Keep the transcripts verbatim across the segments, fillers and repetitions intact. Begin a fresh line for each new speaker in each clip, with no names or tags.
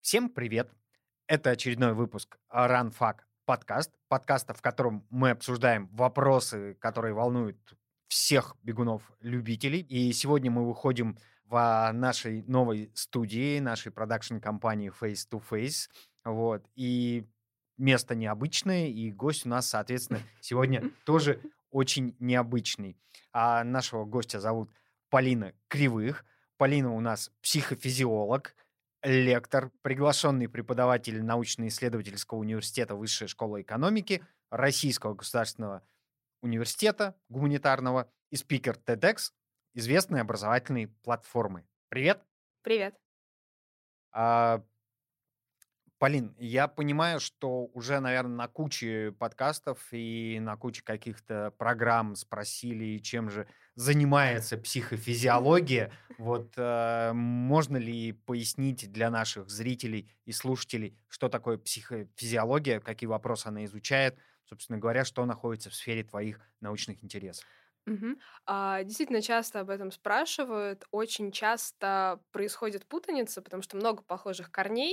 Всем привет! Это очередной выпуск RunFact подкаст, подкаста, в котором мы обсуждаем вопросы, которые волнуют всех бегунов-любителей. И сегодня мы выходим в нашей новой студии, нашей продакшн-компании Face to Face. Вот. И место необычное, и гость у нас, соответственно, сегодня тоже очень необычный. А нашего гостя зовут Полина Кривых. Полина у нас психофизиолог, лектор, приглашенный преподаватель научно-исследовательского университета Высшей школы экономики, Российского государственного университета гуманитарного и спикер TEDx, известной образовательной платформы. Привет!
Привет.
А, Полин, я понимаю, что уже, наверное, на куче подкастов и на куче каких-то программ спросили, чем же занимается психофизиология. Вот э, можно ли пояснить для наших зрителей и слушателей, что такое психофизиология, какие вопросы она изучает, собственно говоря, что находится в сфере твоих научных интересов?
Мгм. А, действительно, часто об этом спрашивают. Очень часто происходит путаница, потому что много похожих корней.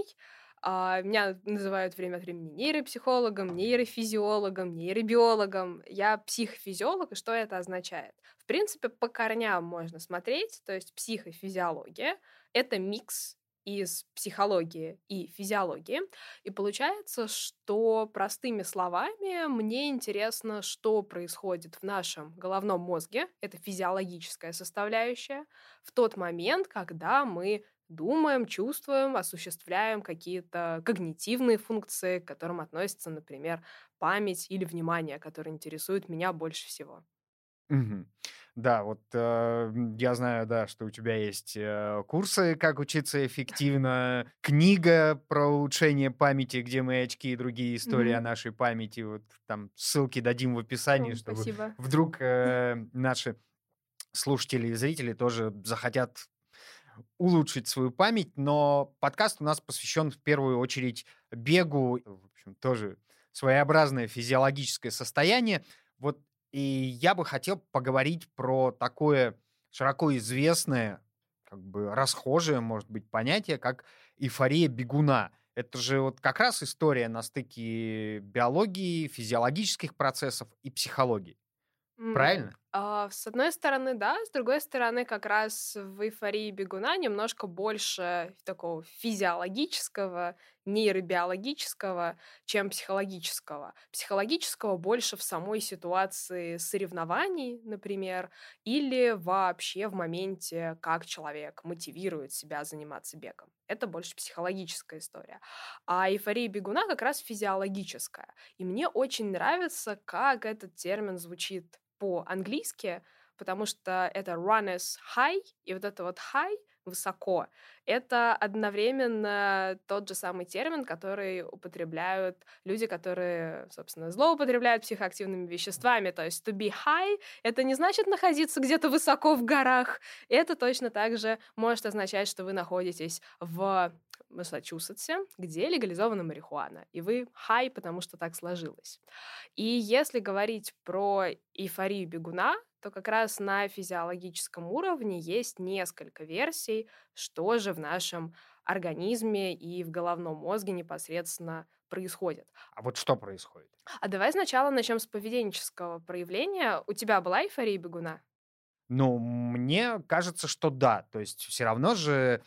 А, меня называют время от времени нейропсихологом, нейрофизиологом, нейробиологом. Я психофизиолог, и что это означает? В принципе, по корням можно смотреть. То есть психофизиология — это микс из психологии и физиологии. И получается, что простыми словами мне интересно, что происходит в нашем головном мозге, это физиологическая составляющая, в тот момент, когда мы думаем, чувствуем, осуществляем какие-то когнитивные функции, к которым относятся, например, память или внимание, которые интересуют меня больше всего.
Мгм. Да, вот э, м, я знаю, да, что у тебя есть э, курсы, как учиться эффективно, книга про улучшение памяти, где мои очки и другие истории о
Мгм.
нашей памяти. Вот там ссылки дадим в описании,
О,
чтобы
спасибо.
вдруг э, наши слушатели и зрители тоже захотят улучшить свою память. Но подкаст у нас посвящен в первую очередь бегу. В общем, тоже своеобразное физиологическое состояние. Вот и я бы хотел поговорить про такое широко известное, как бы расхожее, может быть, понятие, как эйфория бегуна. Это же вот как раз история на стыке биологии, физиологических процессов и психологии.
М,
Правильно?
а, с одной стороны, да, с другой стороны, как раз в эйфории бегуна немножко больше такого физиологического, нейробиологического, чем психологического. Психологического больше в самой ситуации соревнований, например, или вообще в моменте, как человек мотивирует себя заниматься бегом. Это больше психологическая история. А эйфория бегуна как раз физиологическая. И мне очень нравится, как этот термин звучит по-английски, потому что это runner's high, и вот это вот high высоко — это одновременно тот же самый термин, который употребляют люди, которые, собственно, злоупотребляют психоактивными веществами. То есть to be high — это не значит находиться где-то высоко в горах. Это точно так же может означать, что вы находитесь в Массачусетсе, где легализована марихуана, и вы high, потому что так сложилось. И если говорить про эйфорию бегуна, то как раз на физиологическом уровне есть несколько версий, что же в нашем организме и в головном мозге непосредственно происходит.
А вот что происходит?
А давай сначала начнем с поведенческого проявления. У тебя была эйфория бегуна?
Ну, мне кажется, что да. То есть все равно же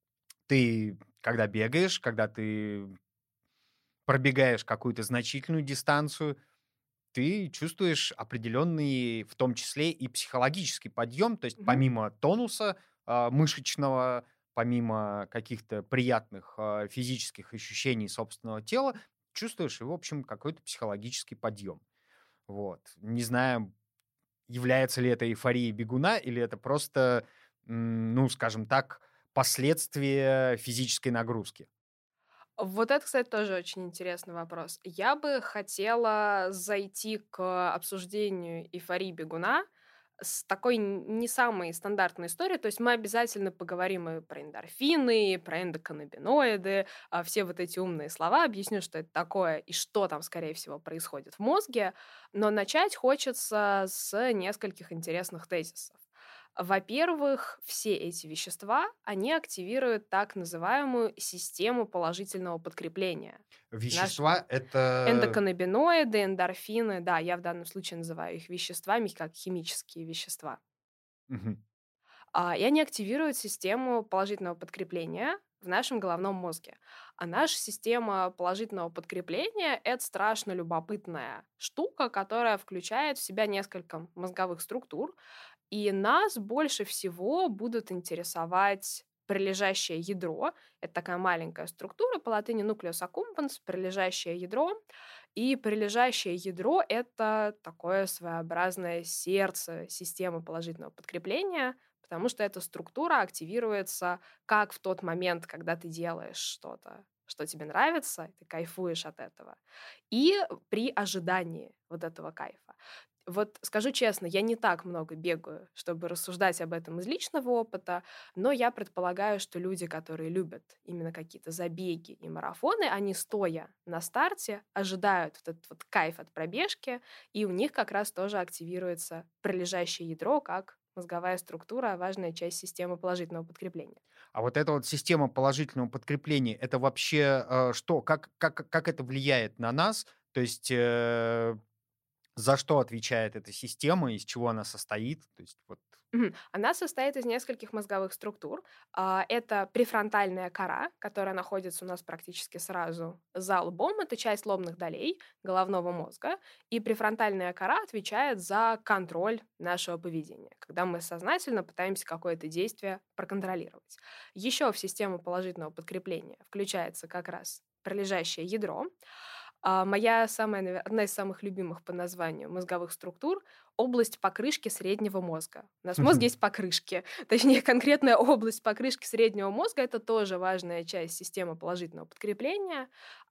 ты, когда бегаешь, когда ты пробегаешь какую-то значительную дистанцию, ты чувствуешь определенный, в том числе и психологический подъем. То есть
Мгм.
помимо тонуса а, мышечного, помимо каких-то приятных а, физических ощущений собственного тела, чувствуешь и, в общем, какой-то психологический подъем. Вот. Не знаю, является ли это эйфорией бегуна или это просто, м, ну, скажем так, последствия физической нагрузки.
Вот это, кстати, тоже очень интересный вопрос. Я бы хотела зайти к обсуждению эйфории бегуна с такой н- не самой стандартной историей. То есть мы обязательно поговорим и про эндорфины, и про эндоканнабиноиды, а, все вот эти умные слова, объясню, что это такое и что там, скорее всего, происходит в мозге. Но начать хочется с нескольких интересных тезисов. Во-первых, все эти вещества, они активируют так называемую систему положительного подкрепления.
Вещества —
Наши
это...
эндоканнабиноиды, эндорфины, да, я в данном случае называю их веществами, как химические вещества.
Мгм.
А, и они активируют систему положительного подкрепления в нашем головном мозге. А наша система положительного подкрепления — это страшно любопытная штука, которая включает в себя несколько мозговых структур. И нас больше всего будут интересовать прилежащее ядро. Это такая маленькая структура, по латыни nucleus accumbens, прилежащее ядро. И прилежащее ядро — это такое своеобразное сердце системы положительного подкрепления, потому что эта структура активируется как в тот момент, когда ты делаешь что-то, что тебе нравится, и ты кайфуешь от этого, и при ожидании вот этого кайфа. Вот скажу честно, я не так много бегаю, чтобы рассуждать об этом из личного опыта, но я предполагаю, что люди, которые любят именно какие-то забеги и марафоны, они, стоя на старте, ожидают вот этот вот кайф от пробежки, и у них как раз тоже активируется прилежащее ядро как мозговая структура, важная часть системы положительного подкрепления.
А вот эта вот система положительного подкрепления — это вообще, э, что? Как как как это влияет на нас? То есть, э, за что отвечает эта система, из чего она состоит? То есть вот.
Мгм. Она состоит из нескольких мозговых структур. А, Это префронтальная кора, которая находится у нас практически сразу за лбом. Это часть лобных долей головного мозга. И префронтальная кора отвечает за контроль нашего поведения, когда мы сознательно пытаемся какое-то действие проконтролировать. Еще в систему положительного подкрепления включается как раз прилежащее ядро. А, Моя самая, наве- одна из самых любимых по названию мозговых структур — область покрышки среднего мозга. У нас в мозге есть покрышки, точнее, конкретная область покрышки среднего мозга — это тоже важная часть системы положительного подкрепления.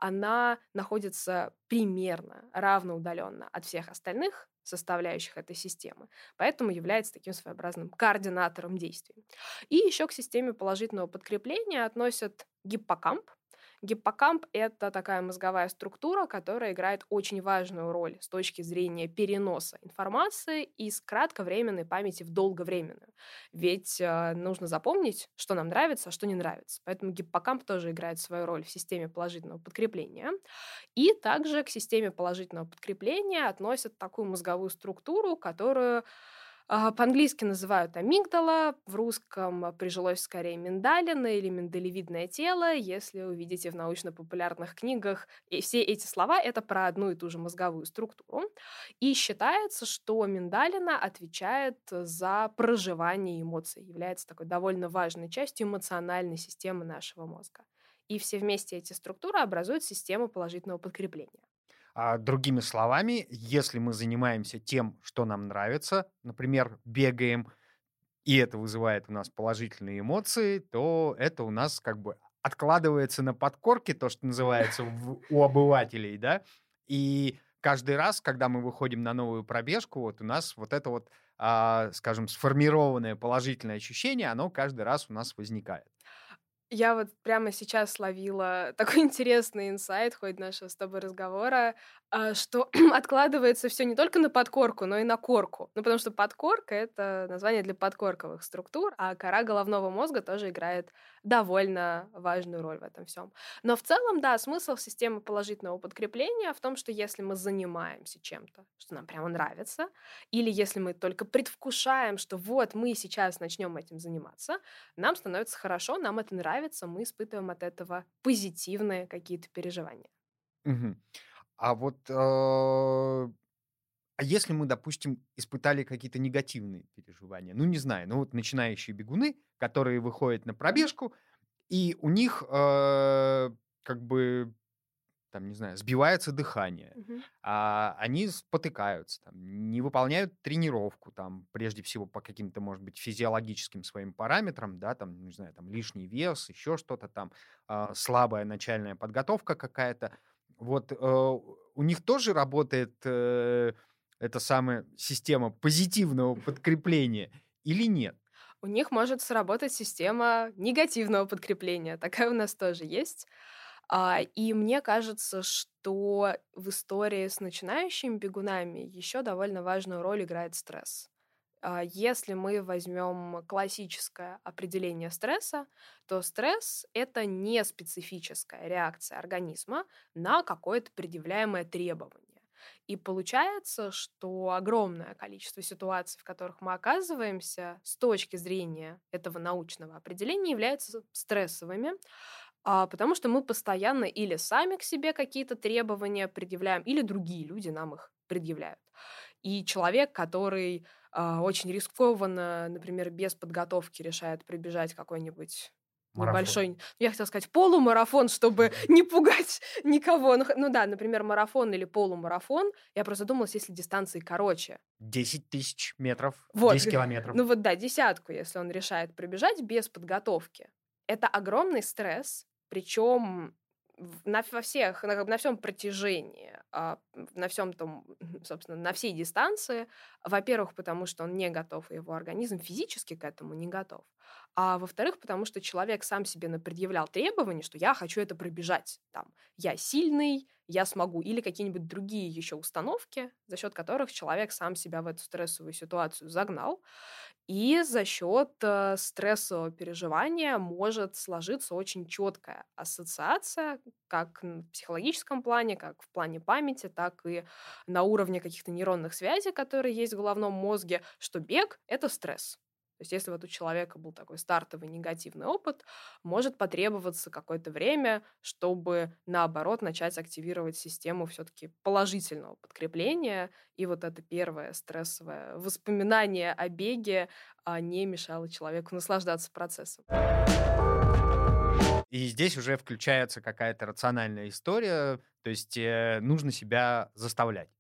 Она находится примерно равноудаленно от всех остальных составляющих этой системы, поэтому является таким своеобразным координатором действий. И еще к системе положительного подкрепления относят гиппокамп. Гиппокамп — это такая мозговая структура, которая играет очень важную роль с точки зрения переноса информации из кратковременной памяти в долговременную. Ведь э, нужно запомнить, что нам нравится, а что не нравится. Поэтому гиппокамп тоже играет свою роль в системе положительного подкрепления. И также к системе положительного подкрепления относят такую мозговую структуру, которую а, по-английски называют амигдала, в русском прижилось скорее миндалина или миндалевидное тело. Если увидите в научно-популярных книгах, и все эти слова — это про одну и ту же мозговую структуру. И считается, что миндалина отвечает за проживание эмоций, является такой довольно важной частью эмоциональной системы нашего мозга. И все вместе эти структуры образуют систему положительного подкрепления.
А, другими словами, если мы занимаемся тем, что нам нравится, например, бегаем, и это вызывает у нас положительные эмоции, то это у нас как бы откладывается на подкорке, то, что называется в- у обывателей, да, и каждый раз, когда мы выходим на новую пробежку, вот у нас вот это вот, а, скажем, сформированное положительное ощущение, оно каждый раз у нас возникает.
Я вот прямо сейчас словила такой интересный инсайт в ходе нашего с тобой разговора, а, что откладывается все не только на подкорку, но и на корку. Ну, потому что подкорка — это название для подкорковых структур, а кора головного мозга тоже играет довольно важную роль в этом всем. Но в целом, да, смысл системы положительного подкрепления в том, что если мы занимаемся чем-то, что нам прямо нравится, или если мы только предвкушаем, что вот мы сейчас начнем этим заниматься, нам становится хорошо, нам это нравится, мы испытываем от этого позитивные какие-то переживания.
Мгм. А вот, э, а если мы, допустим, испытали какие-то негативные переживания, ну, не знаю, ну, вот начинающие бегуны, которые выходят на пробежку, и у них, э, как бы, там, не знаю, сбивается дыхание,
Мгм.
а, они спотыкаются, там, не выполняют тренировку, там, прежде всего по каким-то, может быть, физиологическим своим параметрам, да, там, не знаю, там, лишний вес, еще что-то там, а, слабая начальная подготовка какая-то. Вот, э, у них тоже работает, э, эта самая система позитивного подкрепления или нет?
У них может сработать система негативного подкрепления. Такая у нас тоже есть. А, и мне кажется, что в истории с начинающими бегунами еще довольно важную роль играет стресс. А, Если мы возьмем классическое определение стресса, то стресс — это не специфическая реакция организма на какое-то предъявляемое требование. И получается, что огромное количество ситуаций, в которых мы оказываемся, с точки зрения этого научного определения, являются стрессовыми, а, потому что мы постоянно или сами к себе какие-то требования предъявляем, или другие люди нам их предъявляют. И человек, который а, очень рискованно, например, без подготовки решает пробежать какой-нибудь
Марафон.
небольшой, я хотела сказать полумарафон, чтобы не пугать никого. Ну, х- ну да, например, марафон или полумарафон. Я просто задумалась, если дистанции короче.
десять тысяч метров,
Вот,
десять километров.
ну вот да, десятку, если он решает пробежать без подготовки. Это огромный стресс, причем на, во всех, на, на всем протяжении, а, на всем том, собственно, на всей дистанции. Во-первых, потому что он не готов, и его организм физически к этому не готов. А во-вторых, потому что человек сам себе напредъявлял требования, что я хочу это пробежать. Там, я сильный, я смогу. Или какие-нибудь другие еще установки, за счет которых человек сам себя в эту стрессовую ситуацию загнал. И за счет э, стрессового переживания может сложиться очень четкая ассоциация, как в психологическом плане, как в плане памяти, так и на уровне каких-то нейронных связей, которые есть в головном мозге, что бег — это стресс. То есть если вот у человека был такой стартовый негативный опыт, может потребоваться какое-то время, чтобы, наоборот, начать активировать систему все-таки положительного подкрепления. И вот это первое стрессовое воспоминание о беге а, не мешало человеку наслаждаться процессом.
И здесь уже включается какая-то рациональная история, то есть э, нужно себя заставлять.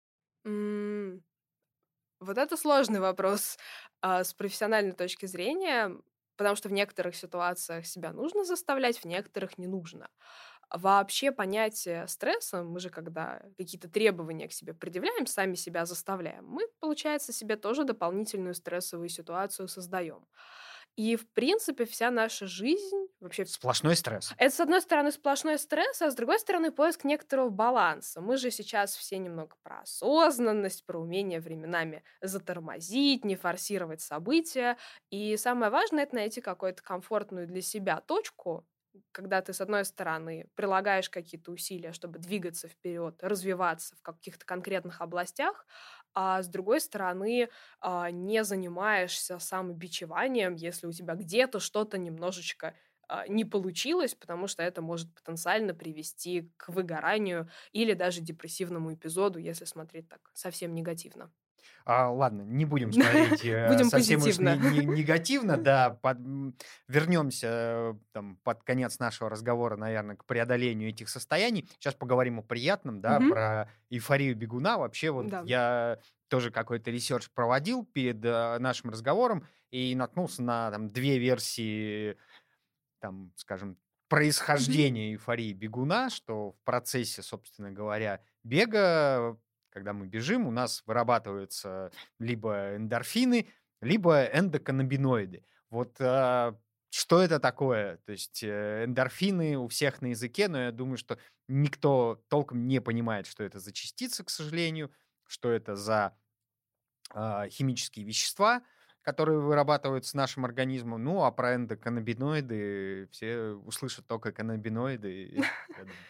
М, Вот это сложный вопрос а, с профессиональной точки зрения, потому что в некоторых ситуациях себя нужно заставлять, в некоторых не нужно. Вообще понятие стресса, мы же когда какие-то требования к себе предъявляем, сами себя заставляем, мы, получается, себе тоже дополнительную стрессовую ситуацию создаем. И, в принципе, вся наша жизнь, вообще
Сплошной стресс.
это, с одной стороны, сплошной стресс, а с другой стороны, поиск некоторого баланса. Мы же сейчас все немного про осознанность, про умение временами затормозить, не форсировать события. И самое важное — это найти какую-то комфортную для себя точку, когда ты, с одной стороны, прилагаешь какие-то усилия, чтобы двигаться вперед, развиваться в каких-то конкретных областях, а с другой стороны, а, не занимаешься самобичеванием, если у тебя где-то что-то немножечко а, не получилось, потому что это может потенциально привести к выгоранию или даже депрессивному эпизоду, если смотреть так совсем негативно.
А, ладно, не будем смотреть э,
Будем
совсем уж не-
позитивно.
не- негативно, да, под- м, вернемся э, там, под конец нашего разговора, наверное, к преодолению этих состояний. Сейчас поговорим о приятном, да,
Мгм.
про эйфорию бегуна. Вообще вот
Да.
я тоже какой-то ресерч проводил перед э, нашим разговором и наткнулся на там, две версии, там, скажем,
Мгм.
происхождения эйфории бегуна, что в процессе, собственно говоря, бега, когда мы бежим, у нас вырабатываются либо эндорфины, либо эндоканнабиноиды. Вот а, что это такое? То есть э, эндорфины у всех на языке, но я думаю, что никто толком не понимает, что это за частицы, к сожалению, что это за а, химические вещества, которые вырабатываются нашим организмом. Ну, а про эндоканнабиноиды все услышат только каннабиноиды. и, я думаю.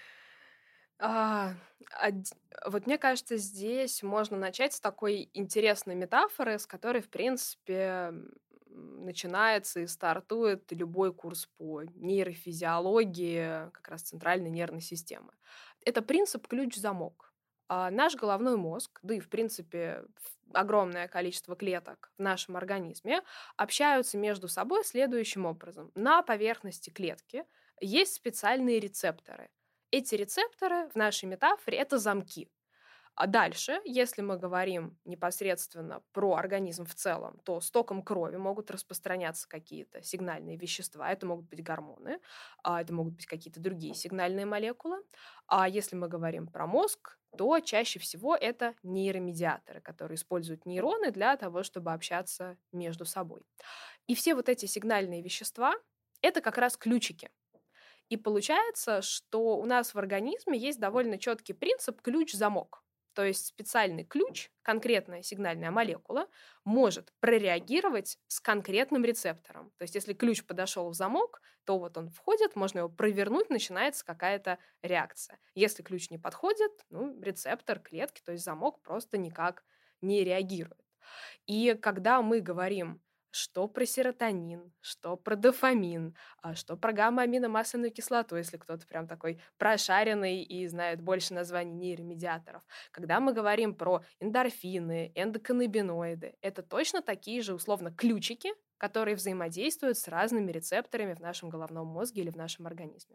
А, од- вот мне кажется, здесь можно начать с такой интересной метафоры, с которой, в принципе, м, начинается и стартует любой курс по нейрофизиологии как раз центральной нервной системы. Это принцип ключ-замок. А наш головной мозг, да и, в принципе, в- огромное количество клеток в нашем организме общаются между собой следующим образом. На поверхности клетки есть специальные рецепторы. Эти рецепторы в нашей метафоре — это замки. А дальше, если мы говорим непосредственно про организм в целом, то с током крови могут распространяться какие-то сигнальные вещества. Это могут быть гормоны, а это могут быть какие-то другие сигнальные молекулы. А если мы говорим про мозг, то чаще всего это нейромедиаторы, которые используют нейроны для того, чтобы общаться между собой. И все вот эти сигнальные вещества — это как раз ключики. И получается, что у нас в организме есть довольно четкий принцип ключ-замок. То есть специальный ключ, конкретная сигнальная молекула, может прореагировать с конкретным рецептором. То есть если ключ подошел в замок, то вот он входит, можно его провернуть, начинается какая-то реакция. Если ключ не подходит, ну, рецептор клетки, то есть замок просто никак не реагирует. И когда мы говорим, что про серотонин, что про дофамин, а что про гамма-аминомасляную кислоту, если кто-то прям такой прошаренный и знает больше названий нейромедиаторов. Когда мы говорим про эндорфины, эндоканнабиноиды, это точно такие же, условно, ключики, которые взаимодействуют с разными рецепторами в нашем головном мозге или в нашем организме.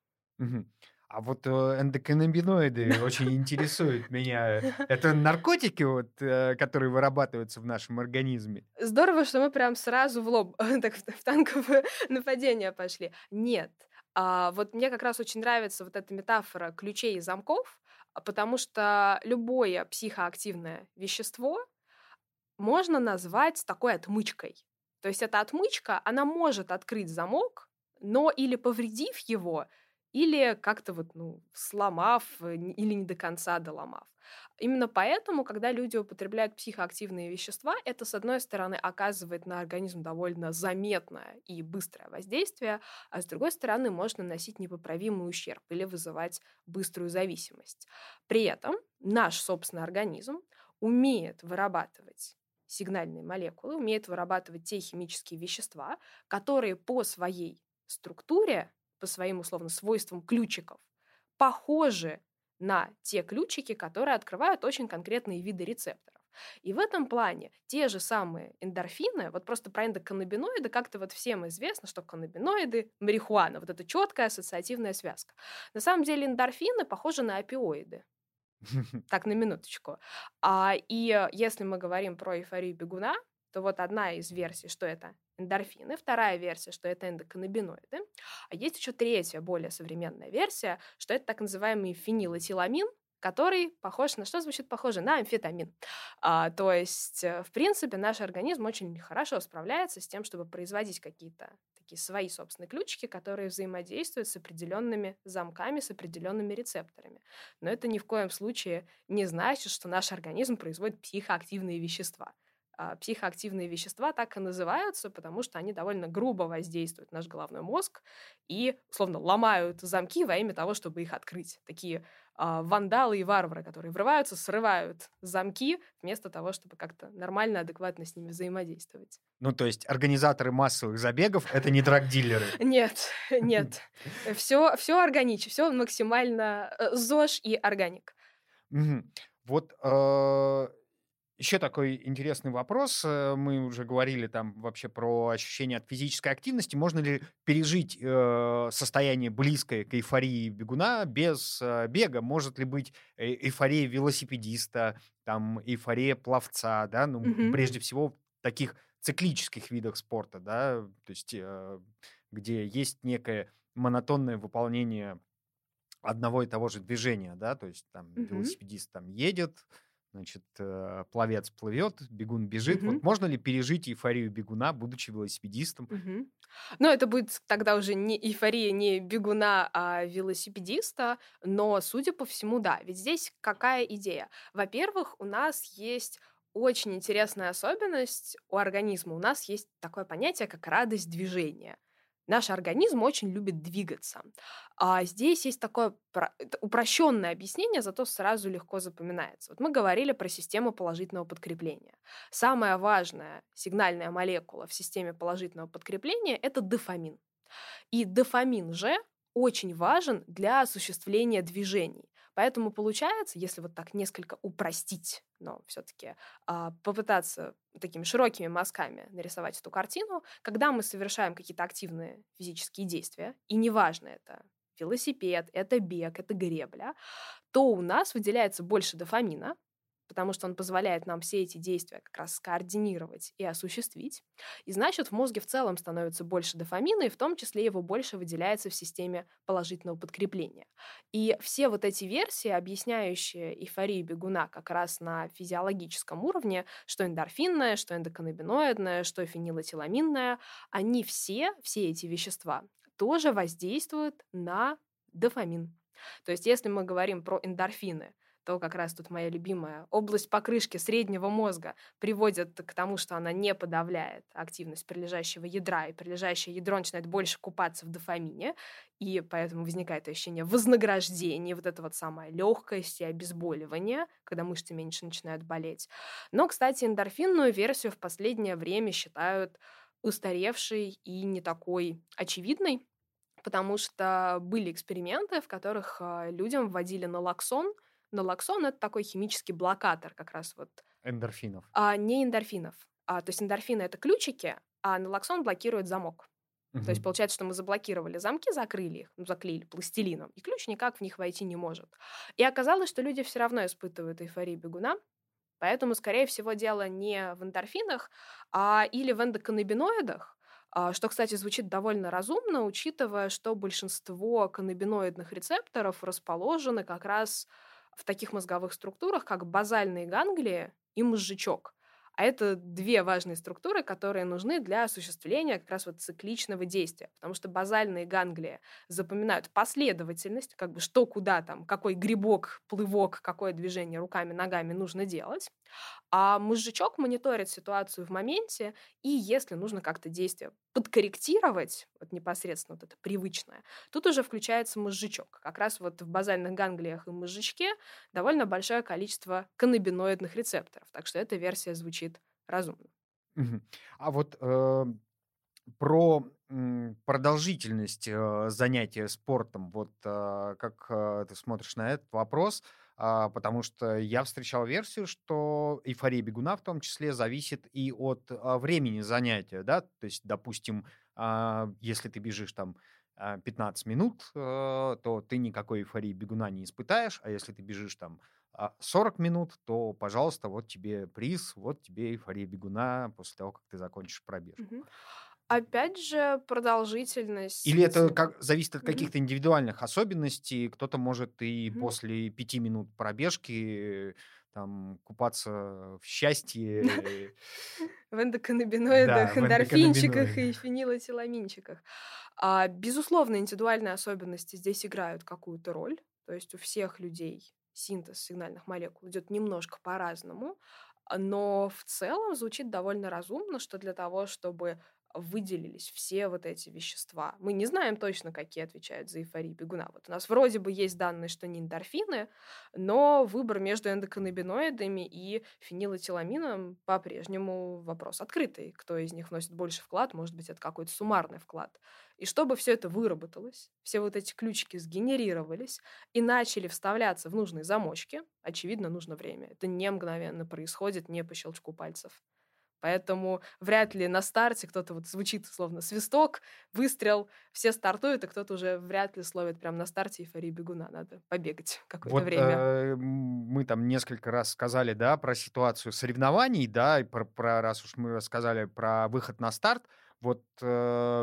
Мгм. А вот э, эндоканнабиноиды очень интересуют меня. Это наркотики, вот, э, которые вырабатываются в нашем организме?
Здорово, что мы прям сразу в лоб, так в в танковое нападение пошли. Нет. А, вот мне как раз очень нравится вот эта метафора ключей и замков, а, потому что любое психоактивное вещество можно назвать такой отмычкой. То есть эта отмычка, она может открыть замок, но или повредив его, или как-то вот, ну, сломав э, н- или не до конца доломав. Именно поэтому, когда люди употребляют психоактивные вещества, это, с одной стороны, оказывает на организм довольно заметное и быстрое воздействие, а с другой стороны, может наносить непоправимый ущерб или вызывать быструю зависимость. При этом наш собственный организм умеет вырабатывать сигнальные молекулы, умеет вырабатывать те химические вещества, которые по своей структуре, по своим условно свойствам ключиков, похожи на те ключики, которые открывают очень конкретные виды рецепторов. И в этом плане те же самые эндорфины, вот просто про эндоканнабиноиды, как-то вот всем известно, что каннабиноиды, марихуана, вот это четкая ассоциативная связка. На самом деле эндорфины похожи на опиоиды. Так, на минуточку. А, и э, если мы говорим про эйфорию бегуна, то вот одна из версий, что это эндорфины, вторая версия, что это эндоканнабиноиды, а есть еще третья, более современная версия, что это так называемый фенилэтиламин, который похож на что звучит похоже? На амфетамин. А, то есть, э, в принципе, наш организм очень хорошо справляется с тем, чтобы производить какие-то такие свои собственные ключики, которые взаимодействуют с определенными замками, с определенными рецепторами. Но это ни в коем случае не значит, что наш организм производит психоактивные вещества. А, Психоактивные вещества так и называются, потому что они довольно грубо воздействуют на наш головной мозг и, условно, ломают замки во имя того, чтобы их открыть. Такие а, вандалы и варвары, которые врываются, срывают замки вместо того, чтобы как-то нормально, адекватно с ними взаимодействовать.
Ну, то есть организаторы массовых забегов — это не драгдилеры.
Нет, нет. Все, все органично, все максимально э, ЗОЖ и органик.
Мгм. Вот еще такой интересный вопрос. э, Мы уже говорили там вообще про ощущение от физической активности. Можно ли пережить э, состояние близкое к эйфории бегуна без э, бега? Может ли быть э- эйфория велосипедиста, там эйфория пловца, да? Ну,
Мгм.
прежде всего в таких циклических видах спорта, да, то есть э, где есть некое монотонное выполнение одного и того же движения, да, то есть там
Мгм.
велосипедист там едет, значит, э, пловец плывет, бегун бежит.
Мгм.
Вот можно ли пережить эйфорию бегуна, будучи велосипедистом?
Мгм. Но это будет тогда уже не эйфория не бегуна, а велосипедиста, но, судя по всему, да. Ведь здесь какая идея? Во-первых, у нас есть очень интересная особенность у организма. У нас есть такое понятие, как радость движения. Наш организм очень любит двигаться. А здесь есть такое про- это упрощенное объяснение, зато сразу легко запоминается. Вот мы говорили про систему положительного подкрепления. Самая важная сигнальная молекула в системе положительного подкрепления — это дофамин. И дофамин же очень важен для осуществления движений. Поэтому получается, если вот так несколько упростить, но все-таки попытаться такими широкими мазками нарисовать эту картину, когда мы совершаем какие-то активные физические действия, и неважно, это велосипед, это бег, это гребля, то у нас выделяется больше дофамина, потому что он позволяет нам все эти действия как раз скоординировать и осуществить. И значит, в мозге в целом становится больше дофамина, и в том числе его больше выделяется в системе положительного подкрепления. И все вот эти версии, объясняющие эйфорию бегуна как раз на физиологическом уровне, что эндорфинная, что эндоканнабиноидная, что фенилэтиламинная, они все, все эти вещества тоже воздействуют на дофамин. То есть если мы говорим про эндорфины, то как раз тут моя любимая область покрышки среднего мозга приводит к тому, что она не подавляет активность прилежащего ядра, и прилежащее ядро начинает больше купаться в дофамине, и поэтому возникает ощущение вознаграждения, вот это вот самая легкость и обезболивание, когда мышцы меньше начинают болеть. Но, кстати, эндорфинную версию в последнее время считают устаревшей и не такой очевидной, потому что были эксперименты, в которых а, людям вводили налоксон. Налоксон — это такой химический блокатор как раз вот,
Эндорфинов.
а не эндорфинов. А, то есть эндорфины — это ключики, а налоксон блокирует замок. То есть
Мгм.
получается, что мы заблокировали замки, закрыли их, ну, заклеили пластилином, и ключ никак в них войти не может. И оказалось, что люди все равно испытывают эйфорию бегуна, поэтому, скорее всего, дело не в эндорфинах, а или в эндоканнабиноидах, а, что, кстати, звучит довольно разумно, учитывая, что большинство каннабиноидных рецепторов расположены как раз в таких мозговых структурах, как базальные ганглии и мозжечок. А это две важные структуры, которые нужны для осуществления как раз вот цикличного действия. Потому что базальные ганглии запоминают последовательность, как бы что, куда там, какой грибок, плывок, какое движение руками, ногами нужно делать. А мозжечок мониторит ситуацию в моменте, и если нужно как-то действие подкорректировать, вот непосредственно вот это привычное, тут уже включается мозжечок. Как раз вот в базальных ганглиях и мозжечке довольно большое количество каннабиноидных рецепторов, так что эта версия звучит разумно.
Мгм. А вот э, про м, продолжительность э, занятия спортом, вот э, как э, ты смотришь на этот вопрос? А, потому что я встречал версию, что эйфория бегуна в том числе зависит и от а, времени занятия, да, то есть, допустим, а, если ты бежишь там а, пятнадцать минут, э, то ты никакой эйфории бегуна не испытаешь, а если ты бежишь там а, сорок минут, то, пожалуйста, вот тебе приз, вот тебе эйфория бегуна после того, как ты закончишь пробежку.
Мгм. Опять же,
Или
продолжительность...
это как, зависит от
Мгм.
каких-то индивидуальных особенностей? Кто-то может и
Мгм.
после пяти минут пробежки там купаться в счастье.
В
Да,
эндоканнабиноидах,
в
эндорфинчиках и
эндоканнабиноидах.
фенилэтиламинчиках. А, безусловно, индивидуальные особенности здесь играют какую-то роль. То есть у всех людей синтез сигнальных молекул идет немножко по-разному, а, но в целом звучит довольно разумно, что для того, чтобы выделились все вот эти вещества. Мы не знаем точно, какие отвечают за эйфорию бегуна. Вот у нас вроде бы есть данные, что не эндорфины, но выбор между эндоканнабиноидами и фенилэтиламином по-прежнему вопрос открытый. Кто из них вносит больше вклад, может быть, это какой-то суммарный вклад. И чтобы все это выработалось, все вот эти ключики сгенерировались и начали вставляться в нужные замочки, очевидно, нужно время. Это не мгновенно происходит, не по щелчку пальцев. Поэтому вряд ли на старте кто-то вот звучит словно свисток, выстрел, все стартуют, и кто-то уже вряд ли словит прямо на старте эйфорию бегуна. Надо побегать какое-то
Вот
время.
э, м, мы там несколько раз сказали, да, про ситуацию соревнований, да, и про, про- раз уж мы рассказали про выход на старт, вот э,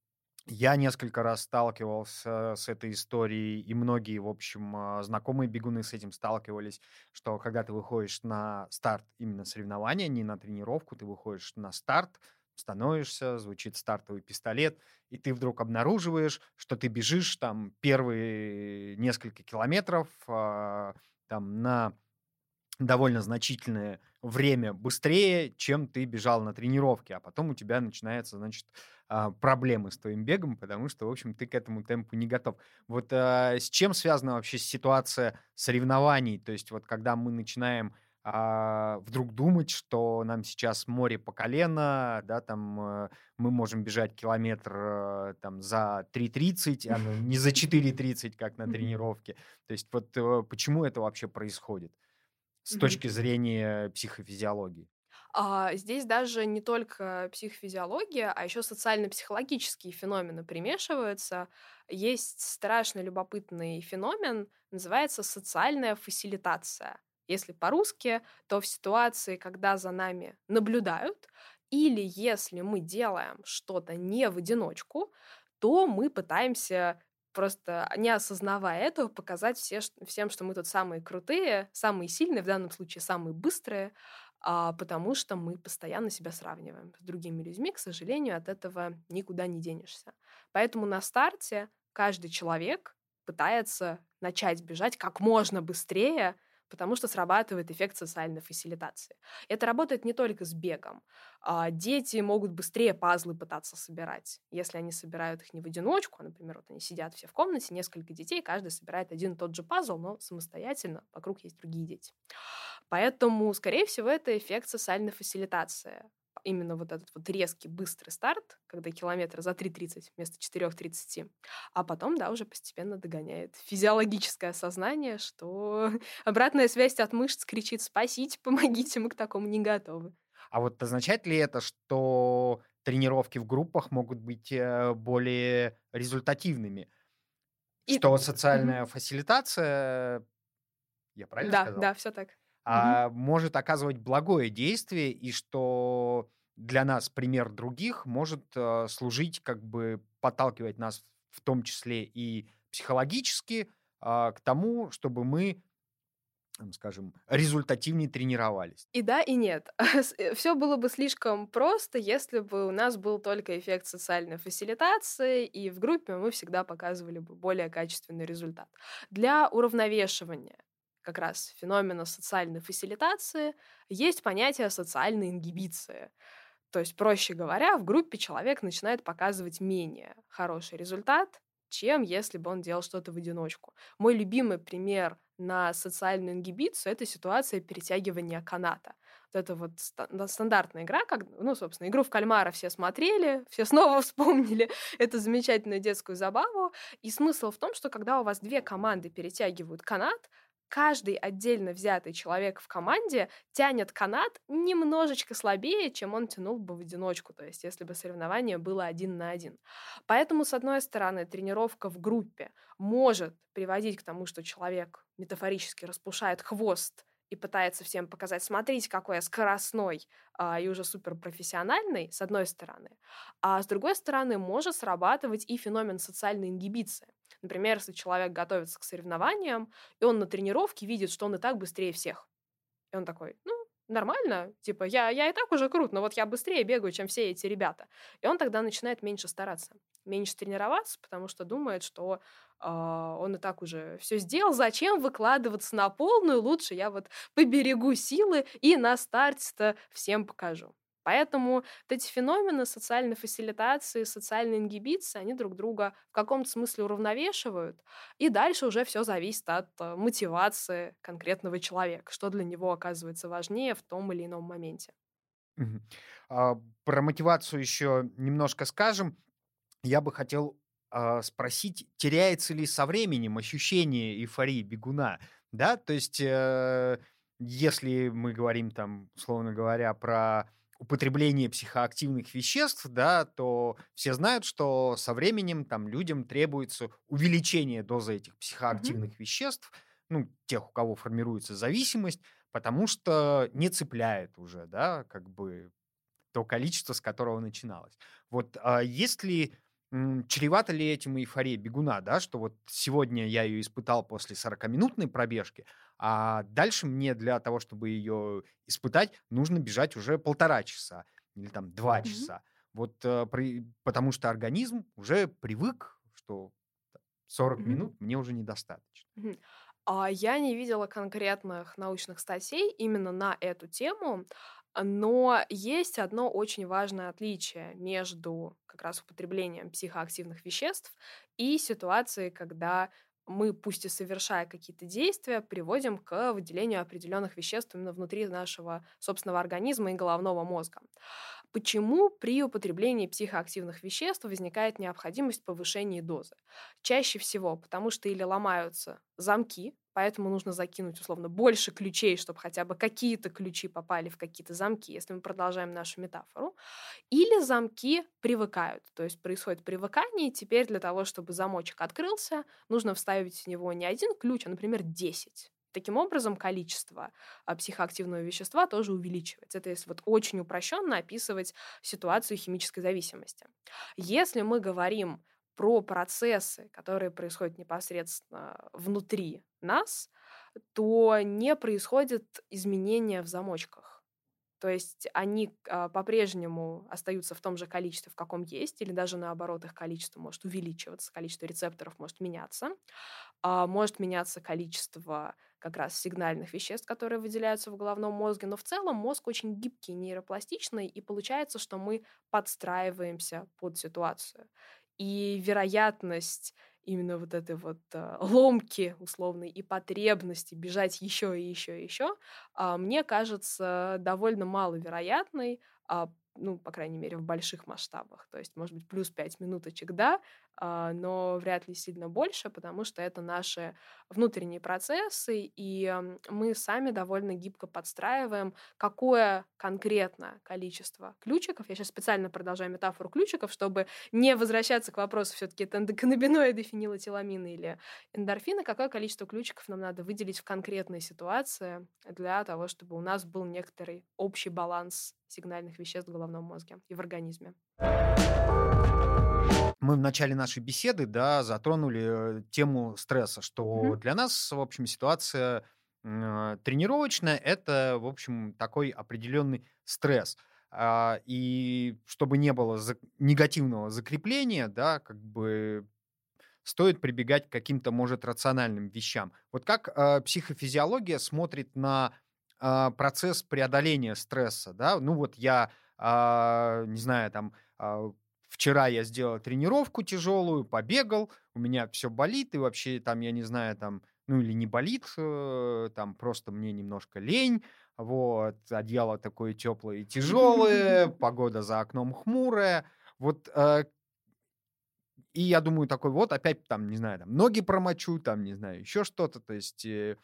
я несколько раз сталкивался с этой историей, и многие, в общем, а, знакомые бегуны с этим сталкивались, что когда ты выходишь на старт именно соревнования, не на тренировку, ты выходишь на старт, становишься, звучит стартовый пистолет, и ты вдруг обнаруживаешь, что ты бежишь там первые несколько километров а, там на довольно значительное время быстрее, чем ты бежал на тренировке, а потом у тебя начинаются, значит, а, проблемы с твоим бегом, потому что, в общем, ты к этому темпу не готов. Вот а, с чем связана вообще ситуация соревнований? То есть вот когда мы начинаем а, вдруг думать, что нам сейчас море по колено, да, там э, мы можем бежать километр э, там за три тридцать, а ну, не за четыре тридцать, как на
Мгм.
тренировке. То есть вот э, почему это вообще происходит? С
Мгм.
точки зрения психофизиологии.
А, здесь даже не только психофизиология, а еще социально-психологические феномены примешиваются. Есть страшно любопытный феномен, называется социальная фасилитация. Если по-русски, то в ситуации, когда за нами наблюдают, или если мы делаем что-то не в одиночку, то мы пытаемся просто, не осознавая этого, показать все, ш- всем, что мы тут самые крутые, самые сильные, в данном случае самые быстрые, а, потому что мы постоянно себя сравниваем с другими людьми. К сожалению, от этого никуда не денешься. Поэтому на старте каждый человек пытается начать бежать как можно быстрее, потому что срабатывает эффект социальной фасилитации. Это работает не только с бегом. А, Дети могут быстрее пазлы пытаться собирать, если они собирают их не в одиночку, а, например, вот они сидят все в комнате, несколько детей, каждый собирает один и тот же пазл, но самостоятельно, вокруг есть другие дети. Поэтому, скорее всего, это эффект социальной фасилитации. Именно вот этот вот резкий, быстрый старт, когда километр за три тридцать вместо четыре тридцать, а потом, да, уже постепенно догоняет физиологическое осознание, что обратная связь от мышц кричит «спасите, помогите, мы к такому не готовы».
А вот означает ли это, что тренировки в группах могут быть э, более результативными?
И
Что
мгм.
социальная фасилитация, я правильно
Да,
сказал?
да, все так. Мгм.
А, может оказывать благое действие, и что для нас пример других может э, служить, как бы подталкивать нас в том числе и психологически а, к тому, чтобы мы, м, скажем, результативнее тренировались.
И да, и нет. Все было бы слишком просто, если бы у нас был только эффект социальной фасилитации, и в группе мы всегда показывали бы более качественный результат. Для уравновешивания как раз феномена социальной фасилитации есть понятие социальной ингибиции. То есть, проще говоря, в группе человек начинает показывать менее хороший результат, чем если бы он делал что-то в одиночку. Мой любимый пример на социальную ингибицию — это ситуация перетягивания каната. Вот это вот ста- да, стандартная игра, как, ну, собственно, игру в кальмара все смотрели, все снова вспомнили эту замечательную детскую забаву. И смысл в том, что когда у вас две команды перетягивают канат, каждый отдельно взятый человек в команде тянет канат немножечко слабее, чем он тянул бы в одиночку, то есть если бы соревнование было один на один. Поэтому, с одной стороны, тренировка в группе может приводить к тому, что человек метафорически распушает хвост и пытается всем показать, смотрите, какой я скоростной а, и уже суперпрофессиональный, с одной стороны. А с другой стороны, может срабатывать и феномен социальной ингибиции. Например, если человек готовится к соревнованиям, и он на тренировке видит, что он и так быстрее всех. И он такой: «Ну, нормально, типа, я, я и так уже крут, но вот я быстрее бегаю, чем все эти ребята». И он тогда начинает меньше стараться, меньше тренироваться, потому что думает, что а, он и так уже все сделал, зачем выкладываться на полную, лучше я вот поберегу силы и на старте-то всем покажу. Поэтому вот эти феномены социальной фасилитации, социальной ингибиции, они друг друга в каком-то смысле уравновешивают, и дальше уже все зависит от э, мотивации конкретного человека, что для него оказывается важнее в том или ином моменте.
Мгм. А, Про мотивацию еще немножко скажем. Я бы хотел а, спросить, теряется ли со временем ощущение эйфории бегуна? Да, то есть, э, если мы говорим там, условно говоря, про употребление психоактивных веществ, да, то все знают, что со временем там людям требуется увеличение дозы этих
Мгм.
психоактивных веществ, ну, тех, у кого формируется зависимость, потому что не цепляет уже, да, как бы то количество, с которого начиналось. Вот, а есть ли, м, чревата ли этим эйфория бегуна, да, что вот сегодня я ее испытал после сорокаминутной пробежки, а дальше мне для того, чтобы ее испытать, нужно бежать уже полтора часа или там два
Мгм.
часа. Вот, э, при потому что организм уже привык, что сорок
Мгм.
минут мне уже недостаточно.
Мгм. А, я не видела конкретных научных статей именно на эту тему, а, но есть одно очень важное отличие между как раз употреблением психоактивных веществ и ситуацией, когда мы, пусть и совершая какие-то действия, приводим к выделению определенных веществ именно внутри нашего собственного организма и головного мозга. Почему при употреблении психоактивных веществ возникает необходимость повышения дозы? Чаще всего потому, что или ломаются замки, поэтому нужно закинуть условно больше ключей, чтобы хотя бы какие-то ключи попали в какие-то замки, если мы продолжаем нашу метафору, или замки привыкают, то есть происходит привыкание, и теперь для того, чтобы замочек открылся, нужно вставить в него не один ключ, а, например, десять. Таким образом, количество а, психоактивного вещества тоже увеличивается. Это если вот очень упрощенно описывать ситуацию химической зависимости. Если мы говорим про процессы, которые происходят непосредственно внутри нас, то не происходит изменения в замочках. То есть они а, по-прежнему остаются в том же количестве, в каком есть, или даже наоборот, их количество может увеличиваться, количество рецепторов может меняться, а, может меняться количество как раз сигнальных веществ, которые выделяются в головном мозге. Но в целом мозг очень гибкий, нейропластичный, и получается, что мы подстраиваемся под ситуацию. И вероятность именно вот этой вот э, ломки условной и потребности бежать еще и еще и еще, а, мне кажется довольно маловероятной, а, ну, по крайней мере, в больших масштабах. То есть, может быть, плюс пять минуточек, да, а, но вряд ли сильно больше, потому что это наши внутренние процессы, и м, мы сами довольно гибко подстраиваем, какое конкретно количество ключиков. Я сейчас специально продолжаю метафору ключиков, чтобы не возвращаться к вопросу, все-таки это эндоканнабиноиды, фенилэтиламины или эндорфины, какое количество ключиков нам надо выделить в конкретной ситуации для того, чтобы у нас был некоторый общий баланс сигнальных веществ в головном мозге и в организме.
Мы в начале нашей беседы, да, затронули э, тему стресса, что
Мгм.
для нас, в общем, ситуация м, тренировочная — это, в общем, такой определенный стресс. А, И чтобы не было зак- негативного закрепления, да, как бы стоит прибегать к каким-то, может, рациональным вещам. Вот как э, психофизиология смотрит на а, процесс преодоления стресса, да? Ну вот я, а, не знаю, там, а, вчера я сделал тренировку тяжелую, побегал, у меня все болит, и вообще там, я не знаю, там, ну или не болит, э, там просто мне немножко лень, вот, одеяло такое теплое и тяжелое, погода за окном хмурая, вот э, и я думаю такой, вот опять там, не знаю, там ноги промочу, там, не знаю, еще что-то. То есть э,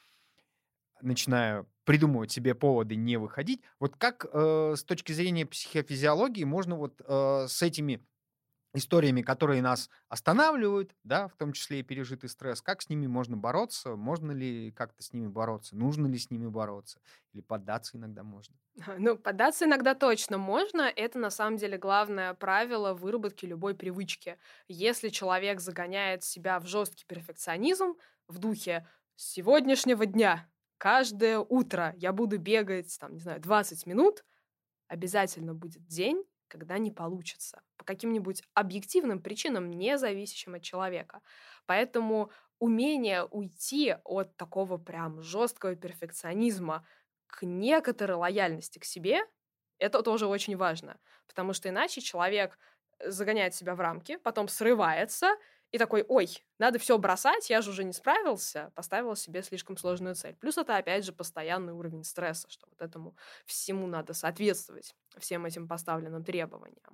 начинаю придумывать себе поводы не выходить. Вот как э, с точки зрения психофизиологии можно вот э, с этими историями, которые нас останавливают, да, в том числе и пережитый стресс, как с ними можно бороться? Можно ли как-то с ними бороться? Нужно ли с ними бороться? Или поддаться иногда можно?
Ну, поддаться иногда точно можно. Это на самом деле главное правило выработки любой привычки. Если человек загоняет себя в жесткий перфекционизм в духе «с сегодняшнего дня каждое утро я буду бегать, там, не знаю, двадцать минут», обязательно будет день, когда не получится. По каким-нибудь объективным причинам, не зависящим от человека. Поэтому умение уйти от такого прям жесткого перфекционизма к некоторой лояльности к себе, это тоже очень важно. Потому что иначе человек э, загоняет себя в рамки, потом срывается и такой, ой, надо все бросать, я же уже не справился, поставил себе слишком сложную цель. Плюс это, опять же, постоянный уровень стресса, что вот этому всему надо соответствовать, всем этим поставленным требованиям.